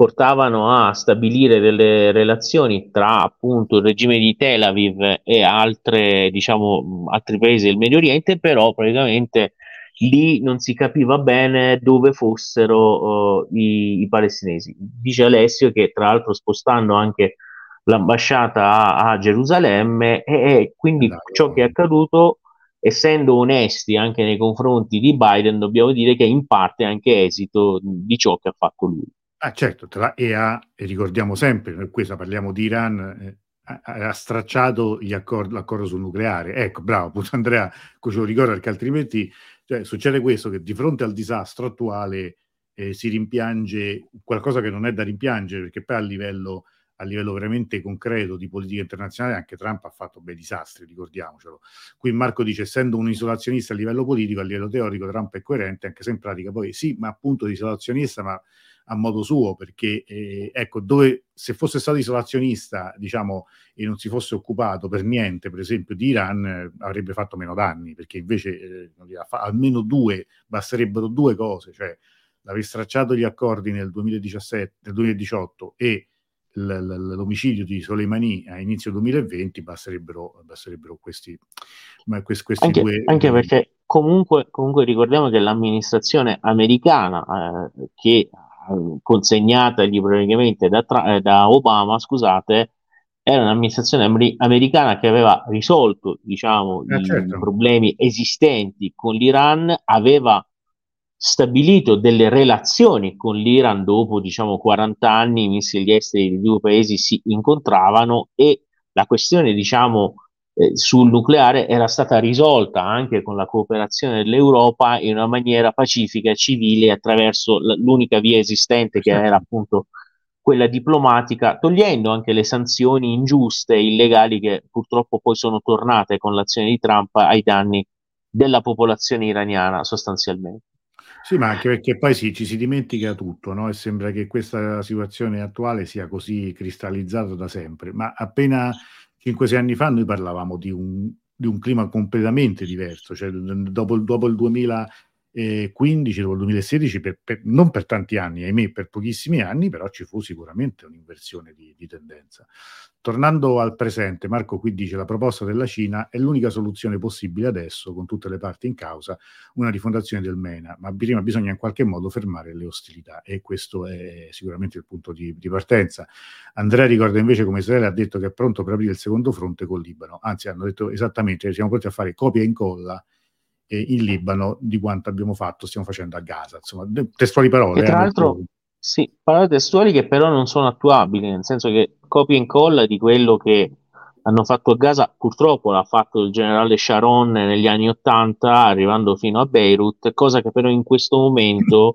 portavano a stabilire delle relazioni tra appunto il regime di Tel Aviv e altre, diciamo, altri paesi del Medio Oriente, però praticamente lì non si capiva bene dove fossero uh, i, i palestinesi. Dice Alessio che tra l'altro spostando anche l'ambasciata a, a Gerusalemme e, e Eh, quindi dai, ciò che è oh. accaduto, essendo onesti anche nei confronti di Biden, dobbiamo dire che è in parte anche esito di ciò che ha fatto lui. Ah, certo, tra E A, e ricordiamo sempre, noi qui parliamo di Iran, eh, ha, ha stracciato gli accordi, l'accordo sul nucleare. Ecco, bravo, appunto Andrea, ce lo ricorda, perché altrimenti cioè, succede questo, che di fronte al disastro attuale eh, si rimpiange qualcosa che non è da rimpiangere, perché poi a livello, a livello veramente concreto di politica internazionale anche Trump ha fatto bei disastri, ricordiamocelo. Qui Marco dice, essendo un isolazionista a livello politico, a livello teorico Trump è coerente, anche se in pratica poi sì, ma appunto isolazionista, ma a modo suo, perché eh, ecco, dove se fosse stato isolazionista, diciamo, e non si fosse occupato per niente, per esempio, di Iran, eh, avrebbe fatto meno danni, perché invece eh, almeno due, basterebbero due cose, cioè l'aver stracciato gli accordi nel duemiladiciassette, nel duemiladiciotto e l'omicidio di Soleimani a inizio duemilaventi, basterebbero, basterebbero questi, ma questi, questi Anche, due anche elementi. perché comunque, comunque ricordiamo che l'amministrazione americana, eh, che eh, consegnatagli praticamente da, Tra- eh, da Obama, scusate, era un'amministrazione ameri- americana che aveva risolto, diciamo, Ah, i certo, problemi esistenti con l'Iran, aveva stabilito delle relazioni con l'Iran dopo, diciamo, quaranta anni, i ministri esteri dei due paesi si incontravano e la questione, diciamo, eh, sul nucleare era stata risolta anche con la cooperazione dell'Europa in una maniera pacifica e civile attraverso l- l'unica via esistente che era certo. appunto quella diplomatica, togliendo anche le sanzioni ingiuste e illegali che purtroppo poi sono tornate con l'azione di Trump ai danni della popolazione iraniana sostanzialmente. Sì, ma anche perché poi sì, ci si dimentica tutto, no? E sembra che questa situazione attuale sia così cristallizzata da sempre. Ma appena cinque sei anni fa noi parlavamo di un, di un clima completamente diverso, cioè dopo, il- dopo il duemilaquindici, dopo il duemilasedici, per- per- non per tanti anni, ahimè, per pochissimi anni, però ci fu sicuramente un'inversione di, di tendenza. Tornando al presente, Marco qui dice la proposta della Cina è l'unica soluzione possibile adesso, con tutte le parti in causa, una rifondazione del MENA, ma prima bisogna in qualche modo fermare le ostilità e questo è sicuramente il punto di, di partenza. Andrea ricorda invece come Israele ha detto che è pronto per aprire il secondo fronte col Libano, anzi hanno detto esattamente siamo pronti a fare copia e incolla eh, in Libano di quanto abbiamo fatto, stiamo facendo a Gaza, insomma, testuali Che parole, tra hanno detto l'altro, loro. sì, parole testuali che però non sono attuabili, nel senso che copia e incolla di quello che hanno fatto a Gaza, purtroppo l'ha fatto il generale Sharon negli anni Ottanta, arrivando fino a Beirut, cosa che però in questo momento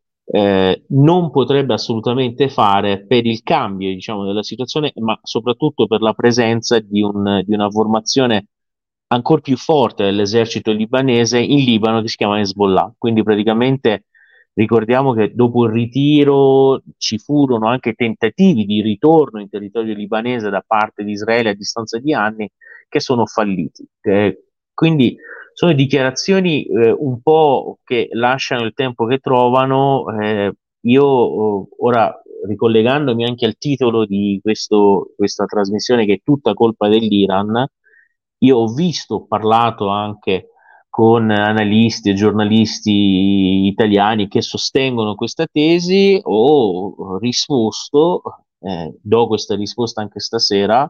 eh, non potrebbe assolutamente fare per il cambio, diciamo, della situazione, ma soprattutto per la presenza di, un- di una formazione ancora più forte dell'esercito libanese in Libano che si chiama Hezbollah. Quindi praticamente ricordiamo che dopo il ritiro ci furono anche tentativi di ritorno in territorio libanese da parte di Israele a distanza di anni che sono falliti. Eh, quindi sono dichiarazioni eh, un po' che lasciano il tempo che trovano. Eh, io oh, ora, ricollegandomi anche al titolo di questo, questa trasmissione, che è tutta colpa dell'Iran, io ho visto, ho parlato anche con analisti e giornalisti italiani che sostengono questa tesi, ho risposto, eh, do questa risposta anche stasera: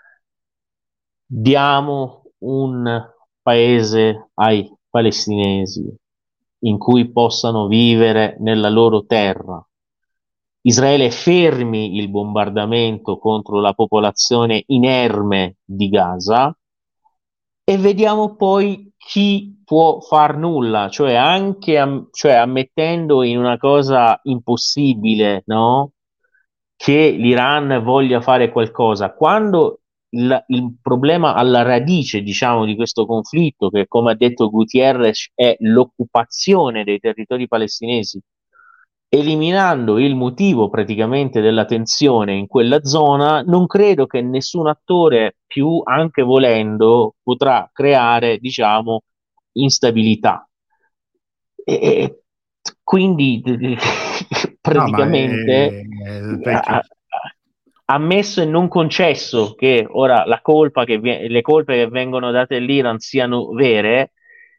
diamo un paese ai palestinesi in cui possano vivere nella loro terra. Israele fermi il bombardamento contro la popolazione inerme di Gaza e vediamo poi chi può far nulla, cioè anche am- cioè ammettendo in una cosa impossibile, no? Che l'Iran voglia fare qualcosa, quando il, il problema alla radice, diciamo, di questo conflitto, che come ha detto Gutierrez è l'occupazione dei territori palestinesi, eliminando il motivo praticamente della tensione in quella zona, non credo che nessun attore più, anche volendo, potrà creare, diciamo, instabilità. E, e quindi No, ma praticamente è, è ha, vecchio. ha ammesso e non concesso che ora la colpa che vie- le colpe che vengono date all'Iran siano vere,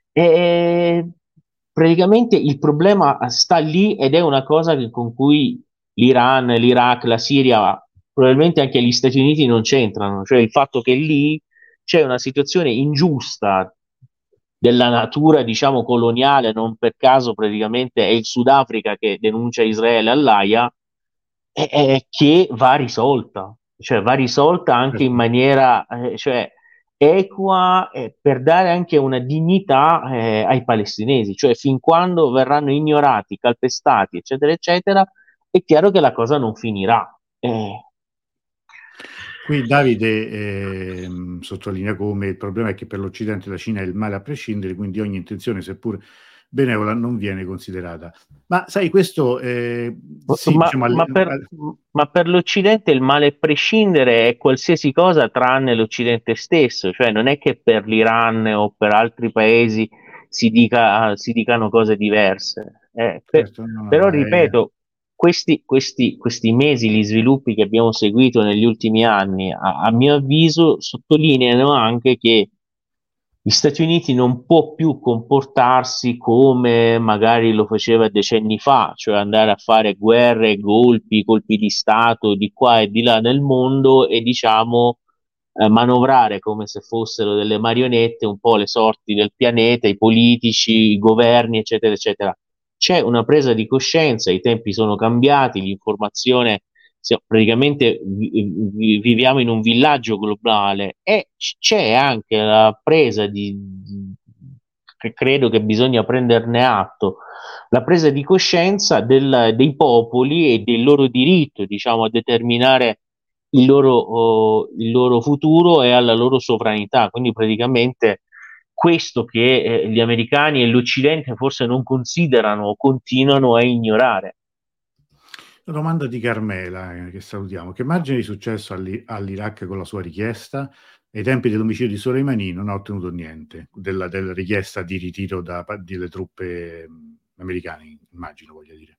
e praticamente il problema sta lì ed è una cosa che- con cui l'Iran, l'Iraq, la Siria, probabilmente anche gli Stati Uniti non c'entrano, cioè il fatto che lì c'è una situazione ingiusta della natura, diciamo, coloniale, non per caso praticamente è il Sudafrica che denuncia Israele all'Aia, e- e che va risolta, cioè va risolta anche in Certo. maniera, eh, cioè, equa, eh, per dare anche una dignità, eh, ai palestinesi, cioè fin quando verranno ignorati, calpestati, eccetera, eccetera, è chiaro che la cosa non finirà. Eh, Qui Davide ehm, sottolinea come il problema è che per l'Occidente la Cina è il male a prescindere, quindi ogni intenzione, seppur benevola, non viene considerata. Ma sai, questo eh, sì, Ma, diciamo, alle- ma per, al- ma per l'Occidente il male prescindere è qualsiasi cosa tranne l'Occidente stesso, cioè non è che per l'Iran o per altri paesi si dica, si dicano cose diverse. Eh, per- certo, no, no, però ma è, ripeto, questi, questi, questi mesi, gli sviluppi che abbiamo seguito negli ultimi anni, a, a mio avviso, sottolineano anche che gli Stati Uniti non può più comportarsi come magari lo faceva decenni fa, cioè andare a fare guerre, golpi, colpi di Stato di qua e di là nel mondo e diciamo eh, manovrare come se fossero delle marionette un po' le sorti del pianeta, i politici, i governi, eccetera, eccetera. C'è una presa di coscienza, i tempi sono cambiati, l'informazione siamo- praticamente vi- vi- viviamo in un villaggio globale e c- c'è anche la presa di, di- che credo che bisogna prenderne atto, la presa di coscienza del- dei popoli e del loro diritto, diciamo, a determinare il loro, oh, il loro futuro e alla loro sovranità. Quindi praticamente questo che eh, gli americani e l'Occidente forse non considerano o continuano a ignorare. una domanda di Carmela, eh, che salutiamo. Che margine di successo all'i- all'Iraq con la sua richiesta? Ai tempi dell'omicidio di Soleimani non ha ottenuto niente della, della richiesta di ritiro da, pa- delle truppe mh, americane, immagino, voglia dire.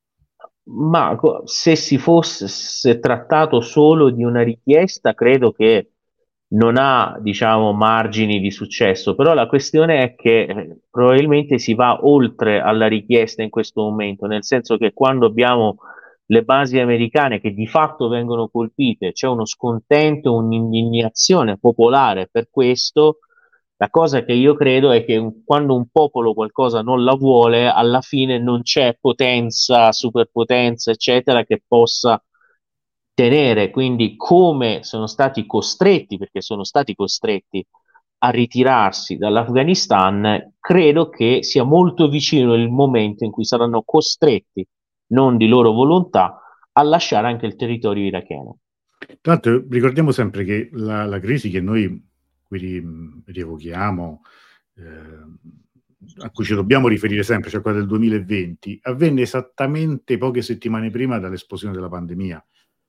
Ma co- se si fosse trattato solo di una richiesta, credo che non ha, diciamo, margini di successo, però la questione è che eh, probabilmente si va oltre alla richiesta in questo momento, nel senso che quando abbiamo le basi americane che di fatto vengono colpite, c'è uno scontento, un'indignazione popolare per questo. La cosa che io credo è che un- quando un popolo qualcosa non la vuole, alla fine non c'è potenza, superpotenza, eccetera, che possa tenere. Quindi, come sono stati costretti, perché sono stati costretti a ritirarsi dall'Afghanistan, credo che sia molto vicino il momento in cui saranno costretti, non di loro volontà, a lasciare anche il territorio iracheno. Tra l'altro ricordiamo sempre che la, la crisi che noi qui ri- rievochiamo, ehm, a cui ci dobbiamo riferire sempre, cioè quella del duemilaventi, avvenne esattamente poche settimane prima dall'esplosione della pandemia.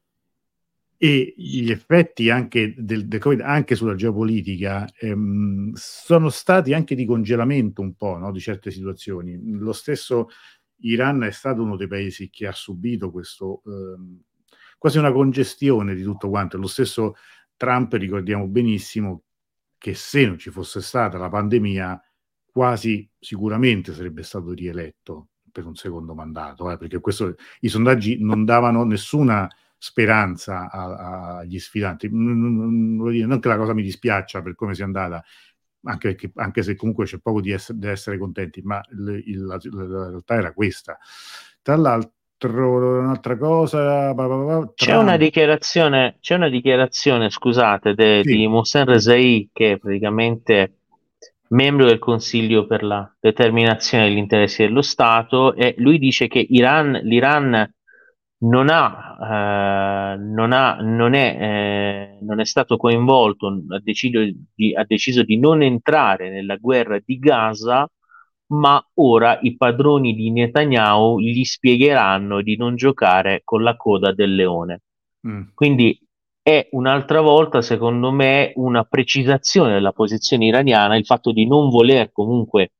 E gli effetti anche del, del Covid, anche sulla geopolitica, ehm, sono stati anche di congelamento un po', no, di certe situazioni. Lo stesso Iran è stato uno dei paesi che ha subito questo, ehm, quasi una congestione di tutto quanto. Lo stesso Trump, ricordiamo benissimo che se non ci fosse stata la pandemia, quasi sicuramente sarebbe stato rieletto per un secondo mandato, eh, perché questo, i sondaggi non davano nessuna speranza a- agli sfidanti. Non, non- voglio dire, non che la cosa mi dispiaccia per come sia andata, anche, perché- anche se comunque c'è poco di essere, da essere contenti, ma il- il- la, la realtà era questa. Tra l'altro, un'altra cosa, pa- pa- pa- C'è una Trump, dichiarazione, c'è una dichiarazione, scusate, de- sì, di Mohsen Rezaei, che è praticamente membro del Consiglio per la determinazione degli interessi dello Stato, e lui dice che Iran- l'Iran non ha, eh, non ha- non è, eh, non è stato coinvolto, ha deciso di, ha deciso di non entrare nella guerra di Gaza, ma ora i padroni di Netanyahu gli spiegheranno di non giocare con la coda del leone. mm. Quindi è un'altra volta, secondo me, una precisazione della posizione iraniana, il fatto di non voler comunque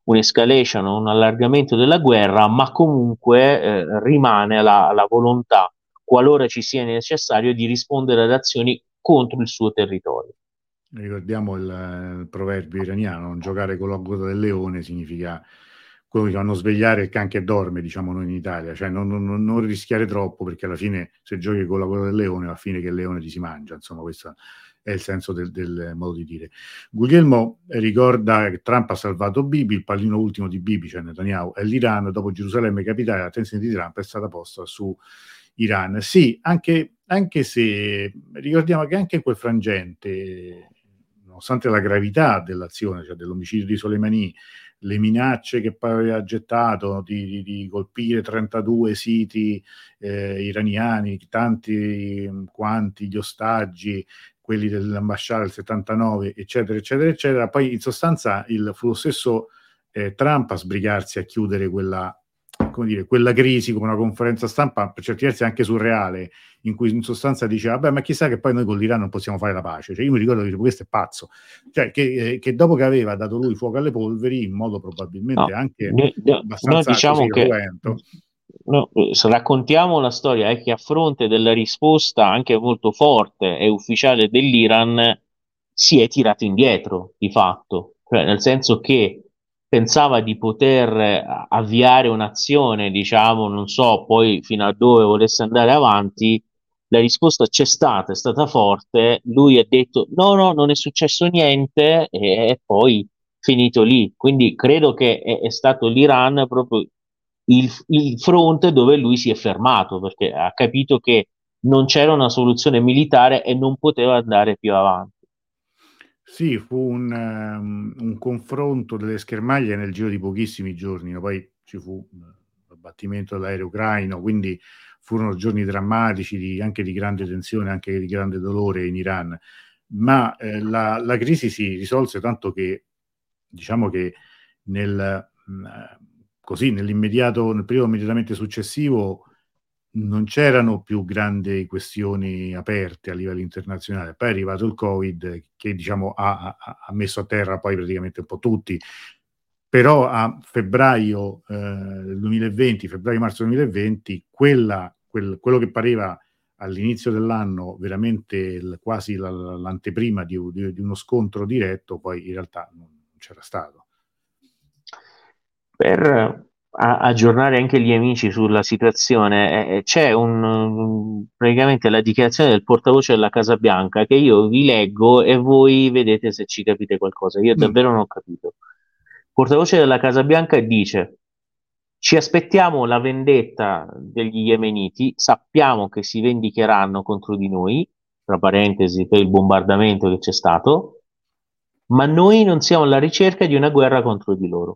un'escalation, un allargamento della guerra, ma comunque eh, rimane la, la volontà, qualora ci sia necessario, di rispondere ad azioni contro il suo territorio. Ricordiamo il, il proverbio iraniano: non giocare con la coda del leone significa quello che fanno svegliare il can che dorme, diciamo noi in Italia, cioè non, non- non rischiare troppo, perché alla fine se giochi con la coda del leone, alla fine che il leone ti si mangia, insomma questo è il senso del, del modo di dire. Guglielmo ricorda che Trump ha salvato Bibi, il pallino ultimo di Bibi, cioè Netanyahu, è l'Iran. Dopo Gerusalemme capitale, l'attenzione di Trump è stata posta su Iran. Sì, anche, anche se ricordiamo che anche in quel frangente, nonostante la gravità dell'azione, cioè dell'omicidio di Soleimani, le minacce che poi aveva gettato di, di, di colpire trentadue siti eh, iraniani, tanti quanti gli ostaggi, quelli dell'ambasciata del settantanove, eccetera, eccetera, eccetera, poi in sostanza il, fu lo stesso eh, Trump a sbrigarsi a chiudere quella, come dire, quella crisi con una conferenza stampa per certi versi anche surreale, in cui in sostanza diceva: vabbè, ma chissà che poi noi con l'Iran non possiamo fare la pace. Cioè, io mi ricordo che dicevo, questo è pazzo, cioè che, eh, che dopo che aveva dato lui fuoco alle polveri in modo probabilmente No, anche noi, noi abbastanza diciamo così che cruento. no, se raccontiamo la storia è che a fronte della risposta anche molto forte e ufficiale dell'Iran si è tirato indietro di fatto, cioè nel senso che pensava di poter eh, avviare un'azione, diciamo, non so, poi fino a dove volesse andare avanti. La risposta c'è stata, è stata forte, lui ha detto no, no, non è successo niente e, e poi finito lì. Quindi credo che è, è stato l'Iran proprio il, il fronte dove lui si è fermato, perché ha capito che non c'era una soluzione militare e non poteva andare più avanti. Sì, fu un, um, un confronto delle schermaglie nel giro di pochissimi giorni, no? Poi ci fu l'abbattimento dell'aereo ucraino, quindi furono giorni drammatici, di, anche di grande tensione, anche di grande dolore in Iran. Ma eh, la, la crisi si risolse tanto che, diciamo che nel, mh, così, nell'immediato, nel periodo immediatamente successivo non c'erano più grandi questioni aperte a livello internazionale. Poi è arrivato il Covid che, diciamo, ha, ha- ha messo a terra poi praticamente un po' tutti. Però a febbraio eh, del duemilaventi, febbraio-marzo duemilaventi, quella, quel- quello che pareva all'inizio dell'anno veramente il- quasi la- la- l'anteprima di, di- di uno scontro diretto, poi in realtà non c'era stato. Per a- aggiornare anche gli amici sulla situazione, eh, c'è un, un- praticamente la dichiarazione del portavoce della Casa Bianca che io vi leggo e voi vedete se ci capite qualcosa. Io Mm. davvero non ho capito. Il portavoce della Casa Bianca dice: ci aspettiamo la vendetta degli yemeniti, sappiamo che si vendicheranno contro di noi, tra parentesi, per il bombardamento che c'è stato, ma noi non siamo alla ricerca di una guerra contro di loro.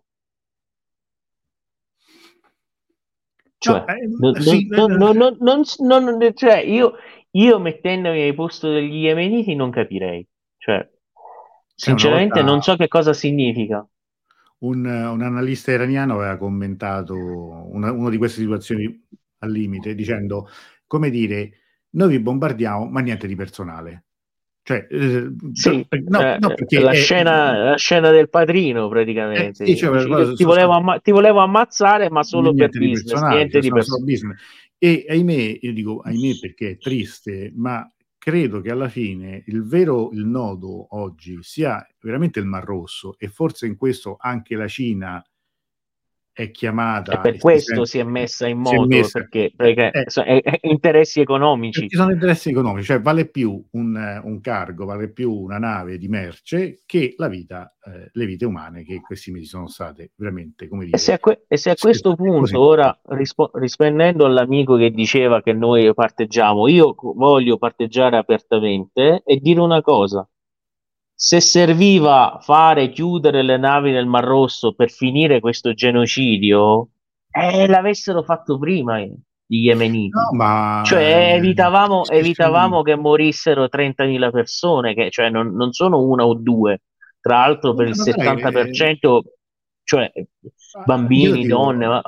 No, Cioè, non, eh, non- sì, eh, non- non- non- non- non- non- cioè, io, io mettendomi al posto degli yemeniti non capirei. Cioè, cioè una sinceramente volta non so che cosa significa. un, un analista iraniano aveva commentato una, una di queste situazioni al limite dicendo, come dire, noi vi bombardiamo ma niente di personale. Cioè, eh, Sì, no, no, eh, perché la è, scena, la scena del padrino eh, praticamente. sì, cioè, Dice, io ti volevo, sostanzialmente amma- ti volevo ammazzare, ma solo per niente di business, personale, niente cioè di sono solo personale. business. E ahimè, io dico ahimè perché è triste, ma credo che alla fine il vero, il nodo oggi sia veramente il Mar Rosso, e forse in questo anche la Cina è E chiamata per e si questo sente, si è messa in si è moto, messa, perché, eh, perché eh, so- è- è interessi economici. perché sono interessi economici, cioè vale più un, un cargo, vale più una nave di merce che la vita, eh, le vite umane che in questi mesi sono state veramente, come E se dire, a, que- e se a questo spezzate così. punto, ora rispo- rispondendo all'amico che diceva che noi parteggiamo, io co- voglio parteggiare apertamente e dire una cosa: se serviva fare chiudere le navi nel Mar Rosso per finire questo genocidio, eh, l'avessero fatto prima gli yemeniti. No, ma Cioè, eh, evitavamo, sì, sì, evitavamo che morissero trentamila persone, che cioè non, non sono una o due, tra l'altro sì. per il Ma sai, eh, settanta per cento, cioè ah, io bambini, donne, dico, ma...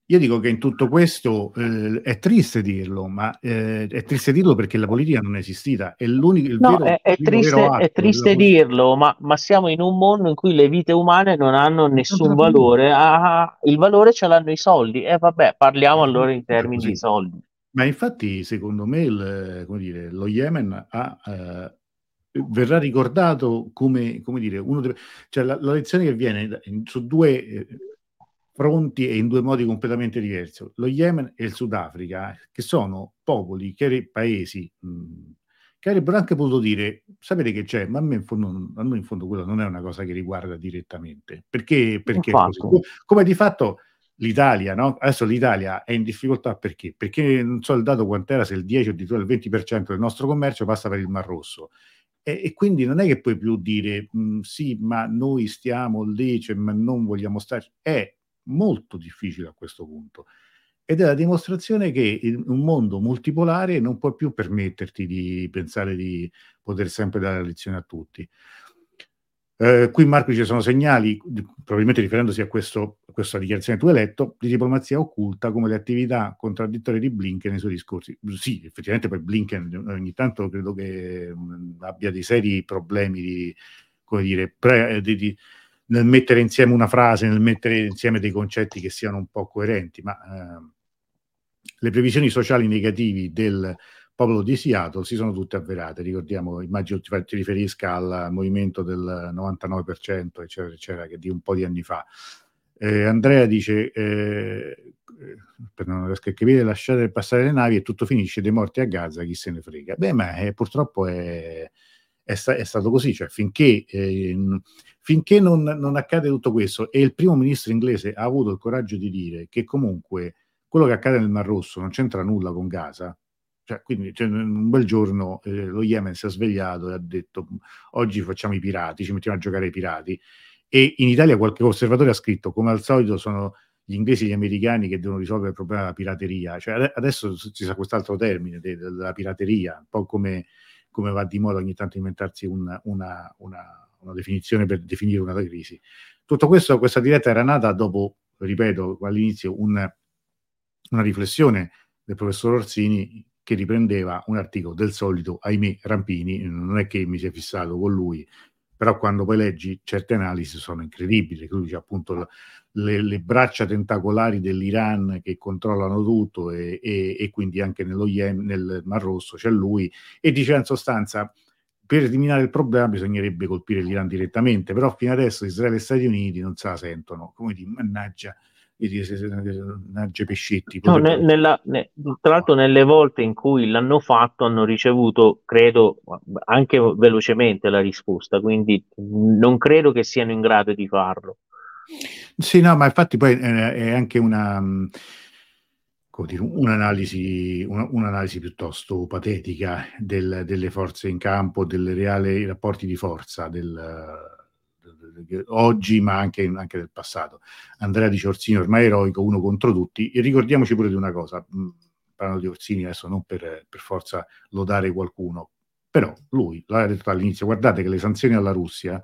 Io dico che in tutto questo eh, è triste dirlo, ma eh, è triste dirlo perché la politica non è esistita, è l'unico, il No, vero, è, è primo vero triste, è atto della triste politica. dirlo, ma, ma siamo in un mondo in cui le vite umane non hanno Non te nessun la fa niente. valore. Ah, il valore ce l'hanno i soldi. E vabbè, parliamo Eh, allora in è termini di così. soldi. Ma infatti, secondo me, il, come dire, lo Yemen ha, eh, verrà ricordato come, come dire, uno dei, cioè la, la lezione che viene da- in- su due eh, fronti e in due modi completamente diversi. Lo Yemen e il Sudafrica, che sono popoli, che, paesi, mh, che avrebbero anche potuto dire, sapete che c'è, ma a me in fondo, a noi in fondo quello non è una cosa che riguarda direttamente. Perché, perché è così? Infatti, Come di fatto l'Italia, no? Adesso l'Italia è in difficoltà perché? Perché non so il dato quant'era, se il dieci o addirittura il venti per cento del nostro commercio passa per il Mar Rosso. E, e quindi non è che puoi più dire mh, sì, ma noi stiamo lì, cioè, ma non vogliamo stare. È molto difficile a questo punto. Ed è la dimostrazione che in un mondo multipolare non puoi più permetterti di pensare di poter sempre dare lezione a tutti. Eh, qui Marco ci sono segnali, probabilmente riferendosi a, questo, a questa dichiarazione che tu hai letto, di diplomazia occulta come le attività contraddittorie di Blinken nei suoi discorsi. Sì, effettivamente poi Blinken ogni tanto credo che mh, abbia dei seri problemi di, come dire, pre, di, di, nel mettere insieme una frase, nel mettere insieme dei concetti che siano un po' coerenti, ma eh, le previsioni sociali negativi del popolo di Seattle si sono tutte avverate. Ricordiamo, immagino ti, ti riferisca al movimento del novantanove per cento, eccetera, eccetera, che di un po' di anni fa. Eh, Andrea dice, eh, per non riesco a capire, lasciate passare le navi e tutto finisce, dei morti a Gaza, chi se ne frega. Beh, ma eh, purtroppo è, è, sta, è, stato così, cioè finché, eh, finché non, non accade tutto questo e il primo ministro inglese ha avuto il coraggio di dire che comunque quello che accade nel Mar Rosso non c'entra nulla con Gaza. Cioè, quindi cioè, un bel giorno eh, lo Yemen si è svegliato e ha detto oggi facciamo i pirati, ci mettiamo a giocare ai pirati. E in Italia qualche osservatore ha scritto come al solito sono gli inglesi e gli americani che devono risolvere il problema della pirateria. Cioè, adesso ci sa quest'altro termine de, de, della pirateria, un po' come, come va di moda ogni tanto inventarsi un, una, una, una definizione per definire una crisi. Tutto questo, questa diretta era nata dopo, ripeto, all'inizio un una riflessione del professor Orsini che riprendeva un articolo del solito, ahimè, Rampini, non è che mi sia fissato con lui, però quando poi leggi certe analisi sono incredibili, lui dice appunto le, le braccia tentacolari dell'Iran che controllano tutto e, e, e quindi anche nello Yemen, nel Mar Rosso c'è lui, e dice in sostanza per eliminare il problema bisognerebbe colpire l'Iran direttamente, però fino adesso Israele e Stati Uniti non se la sentono, come dire, mannaggia, mannaggia pescetti, no, ne- potrebbero... nella- ne- tra l'altro nelle volte in cui l'hanno fatto hanno ricevuto, credo, anche velocemente la risposta, quindi non credo che siano in grado di farlo. Sì, no, ma infatti poi è, è anche una, mh, come dire, un'analisi, una- un'analisi piuttosto patetica del- delle forze in campo, dei reali rapporti di forza del, del- del- oggi, ma anche, anche del passato. Andrea dice Orsini ormai eroico, uno contro tutti. E ricordiamoci pure di una cosa, mh, parlando di Orsini adesso non per, per forza lodare qualcuno, però lui l'ha detto all'inizio, guardate che le sanzioni alla Russia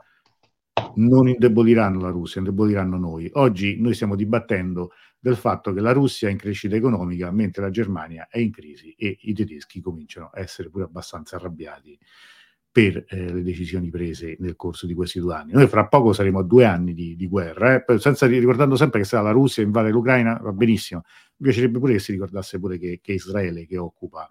non indeboliranno la Russia, indeboliranno noi. Oggi noi stiamo dibattendo del fatto che la Russia è in crescita economica mentre la Germania è in crisi e i tedeschi cominciano a essere pure abbastanza arrabbiati per eh, le decisioni prese nel corso di questi due anni. Noi fra poco saremo a due anni di, di guerra, eh, senza, ricordando sempre che se la Russia invade l'Ucraina va benissimo. Mi piacerebbe pure che si ricordasse pure che, che Israele che occupa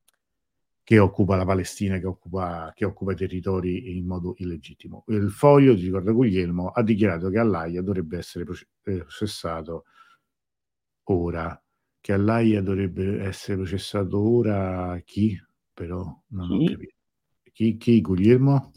che occupa la Palestina, che occupa, che occupa i territori in modo illegittimo. Il Foglio, ti ricorda Guglielmo, ha dichiarato che all'Aia dovrebbe essere processato ora. Che all'Aia dovrebbe essere processato ora chi? Però non ho Chi? capito. Chi, chi Guglielmo?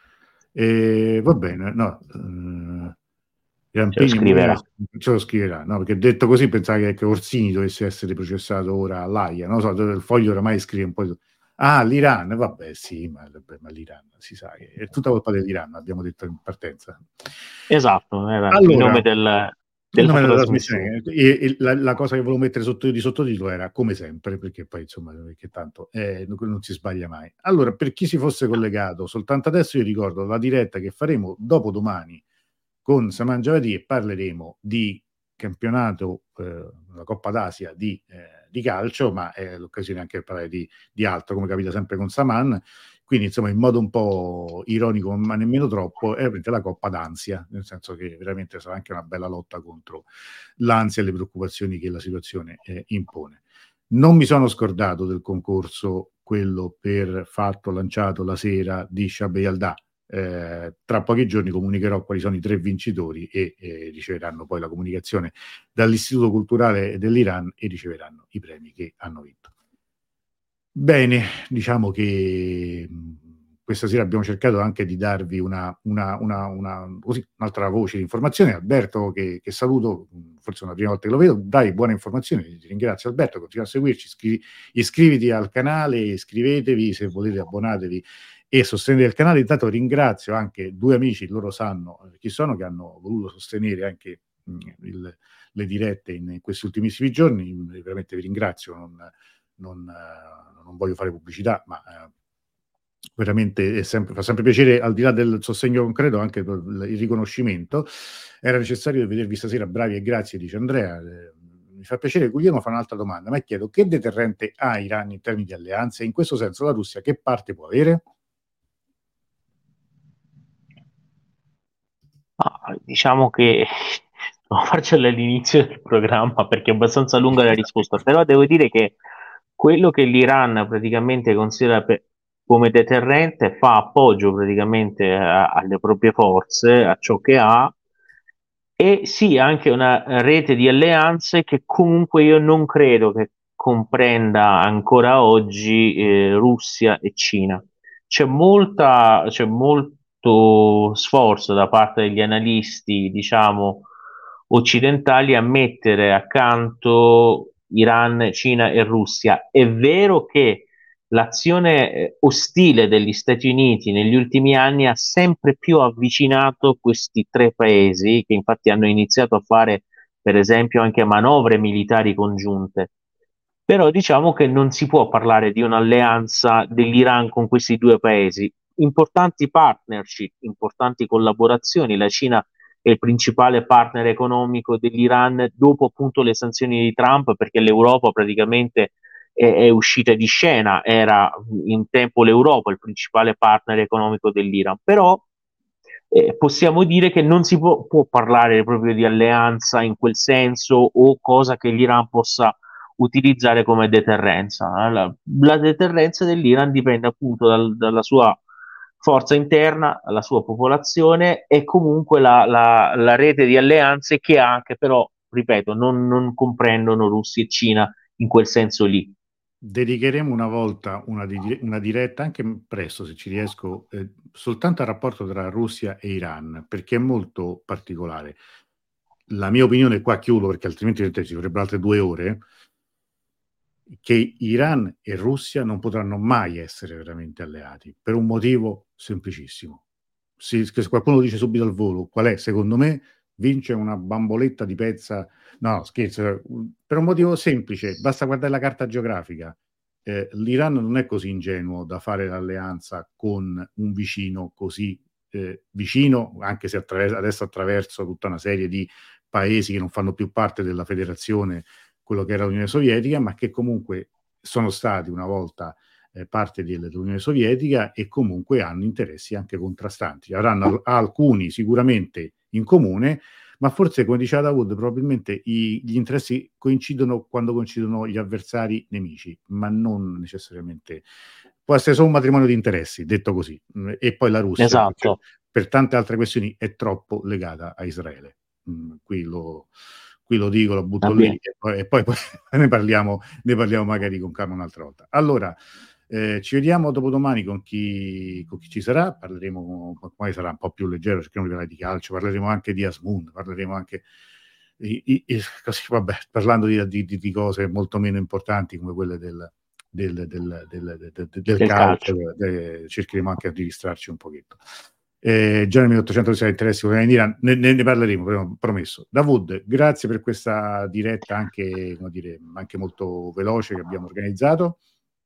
E, va bene, no. Eh, Ce lo Rampini scriverà. ce lo scriverà, no? Perché detto così pensava che, che Orsini dovesse essere processato ora all'Aia, non so, il Foglio oramai scrive un po'. Ah, l'Iran, vabbè, sì, ma, vabbè, ma l'Iran si sa che è tutta colpa dell'Iran, abbiamo detto in partenza. Esatto, era il Allora, nome del- il della nome della trasmissione. trasmissione e, e la, la cosa che volevo mettere sotto di sottotitolo era come sempre, perché poi insomma, perché tanto eh, non, non si sbaglia mai. Allora, per chi si fosse collegato soltanto adesso, io ricordo la diretta che faremo dopo domani con Saman Javadi e parleremo di campionato, eh, la Coppa d'Asia di, eh, di calcio, ma è l'occasione anche per parlare di, di altro, come capita sempre con Saman. Quindi, insomma, in modo un po' ironico, ma nemmeno troppo, è veramente la Coppa d'ansia, nel senso che veramente sarà anche una bella lotta contro l'ansia e le preoccupazioni che la situazione eh, impone. Non mi sono scordato del concorso, quello per fatto lanciato la sera di Shab Yalda. Eh, tra pochi giorni comunicherò quali sono i tre vincitori e eh, riceveranno poi la comunicazione dall'Istituto Culturale dell'Iran e riceveranno i premi che hanno vinto. Bene, diciamo che mh, questa sera abbiamo cercato anche di darvi una, una, una, una così, un'altra voce di informazione. Alberto, che, che saluto, forse è una prima volta che lo vedo, dai buone informazioni, ti ringrazio Alberto, continua a seguirci, iscrivi, iscriviti al canale, iscrivetevi, se volete abbonatevi e sostenere il canale. Intanto ringrazio anche due amici, loro sanno eh, chi sono, che hanno voluto sostenere anche mh, il, le dirette in, in questi ultimissimi giorni. Veramente vi ringrazio, non, non, uh, non voglio fare pubblicità, ma uh, veramente è sempre, fa sempre piacere, al di là del sostegno concreto, anche il riconoscimento. Era necessario vedervi stasera bravi e grazie, dice Andrea. Eh, mi fa piacere. Guglielmo fa un'altra domanda, ma chiedo: che deterrente ha Iran in termini di alleanze? In questo senso la Russia che parte può avere? Ah, diciamo che lo faccio all'inizio del programma perché è abbastanza lunga la risposta, però devo dire che quello che l'Iran praticamente considera per- come deterrente fa appoggio praticamente a- alle proprie forze, a ciò che ha, e sì, anche una rete di alleanze che comunque io non credo che comprenda ancora oggi eh, Russia e Cina. C'è molta, c'è molto sforzo da parte degli analisti, diciamo, occidentali a mettere accanto Iran, Cina e Russia. È vero che l'azione eh, ostile degli Stati Uniti negli ultimi anni ha sempre più avvicinato questi tre paesi, che infatti hanno iniziato a fare, per esempio, anche manovre militari congiunte. Però diciamo che non si può parlare di un'alleanza dell'Iran con questi due paesi. Importanti partnership, importanti collaborazioni. La Cina è il principale partner economico dell'Iran dopo appunto le sanzioni di Trump, perché l'Europa praticamente è, è uscita di scena, era in tempo l'Europa il principale partner economico dell'Iran. Però eh, possiamo dire che non si può, può parlare proprio di alleanza in quel senso o cosa che l'Iran possa utilizzare come deterrenza. La, la deterrenza dell'Iran dipende appunto dal- dalla sua forza interna, dalla sua popolazione e comunque la, la- la rete di alleanze che ha, che però, ripeto, non, non comprendono Russia e Cina in quel senso lì. Dedicheremo una volta una, di- una diretta, anche presto se ci riesco, eh, soltanto al rapporto tra Russia e Iran, perché è molto particolare. La mia opinione, qua chiudo perché altrimenti ci vorrebbero altre due ore, che Iran e Russia non potranno mai essere veramente alleati, per un motivo semplicissimo. Se, se qualcuno lo dice subito al volo, qual è? Secondo me vince una bamboletta di pezza. No, scherzo, per un motivo semplice, basta guardare la carta geografica. Eh, L'Iran non è così ingenuo da fare l'alleanza con un vicino così eh, vicino, anche se attraverso, adesso attraverso tutta una serie di paesi che non fanno più parte della federazione, quello che era l'Unione Sovietica, ma che comunque sono stati una volta eh, parte dell'Unione Sovietica e comunque hanno interessi anche contrastanti. Avranno alcuni sicuramente in comune, ma forse, come diceva Dawood, probabilmente i, gli interessi coincidono quando coincidono gli avversari nemici, ma non necessariamente. Può essere solo un matrimonio di interessi, detto così. E poi la Russia, per, Esatto. per tante altre questioni, è troppo legata a Israele. Mm, qui lo, qui lo dico, lo butto lì Vabbè. e poi, e poi, poi ne, parliamo, ne parliamo magari con calma un'altra volta. Allora, eh, ci vediamo dopodomani con chi, con chi ci sarà, parleremo, poi sarà un po' più leggero, cerchiamo di parlare di calcio, parleremo anche di Asmund, parleremo anche, i, i, i, così, vabbè, parlando di, di, di cose molto meno importanti come quelle del, del, del, del, del, del Del calcio, calcio. eh, cercheremo anche di distrarci un pochetto. Eh, già nel milleottocentosei interessi con Iran, ne, ne, ne parleremo, promesso. Davud, grazie per questa diretta anche, come dire, anche molto veloce che abbiamo organizzato.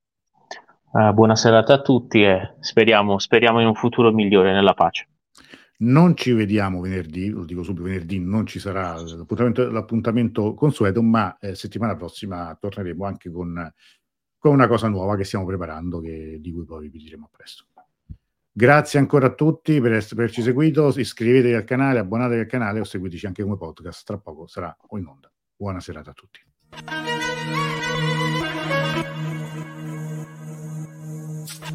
Eh, buona serata a tutti e speriamo, speriamo in un futuro migliore nella pace. Non ci vediamo venerdì, lo dico subito, venerdì non ci sarà l'appuntamento, l'appuntamento consueto, ma eh, settimana prossima torneremo anche con, con una cosa nuova che stiamo preparando, che, di cui poi vi diremo a presto. Grazie ancora a tutti per essere, per averci seguito, iscrivetevi al canale, abbonatevi al canale o seguiteci anche come podcast, tra poco sarà in onda. Buona serata a tutti.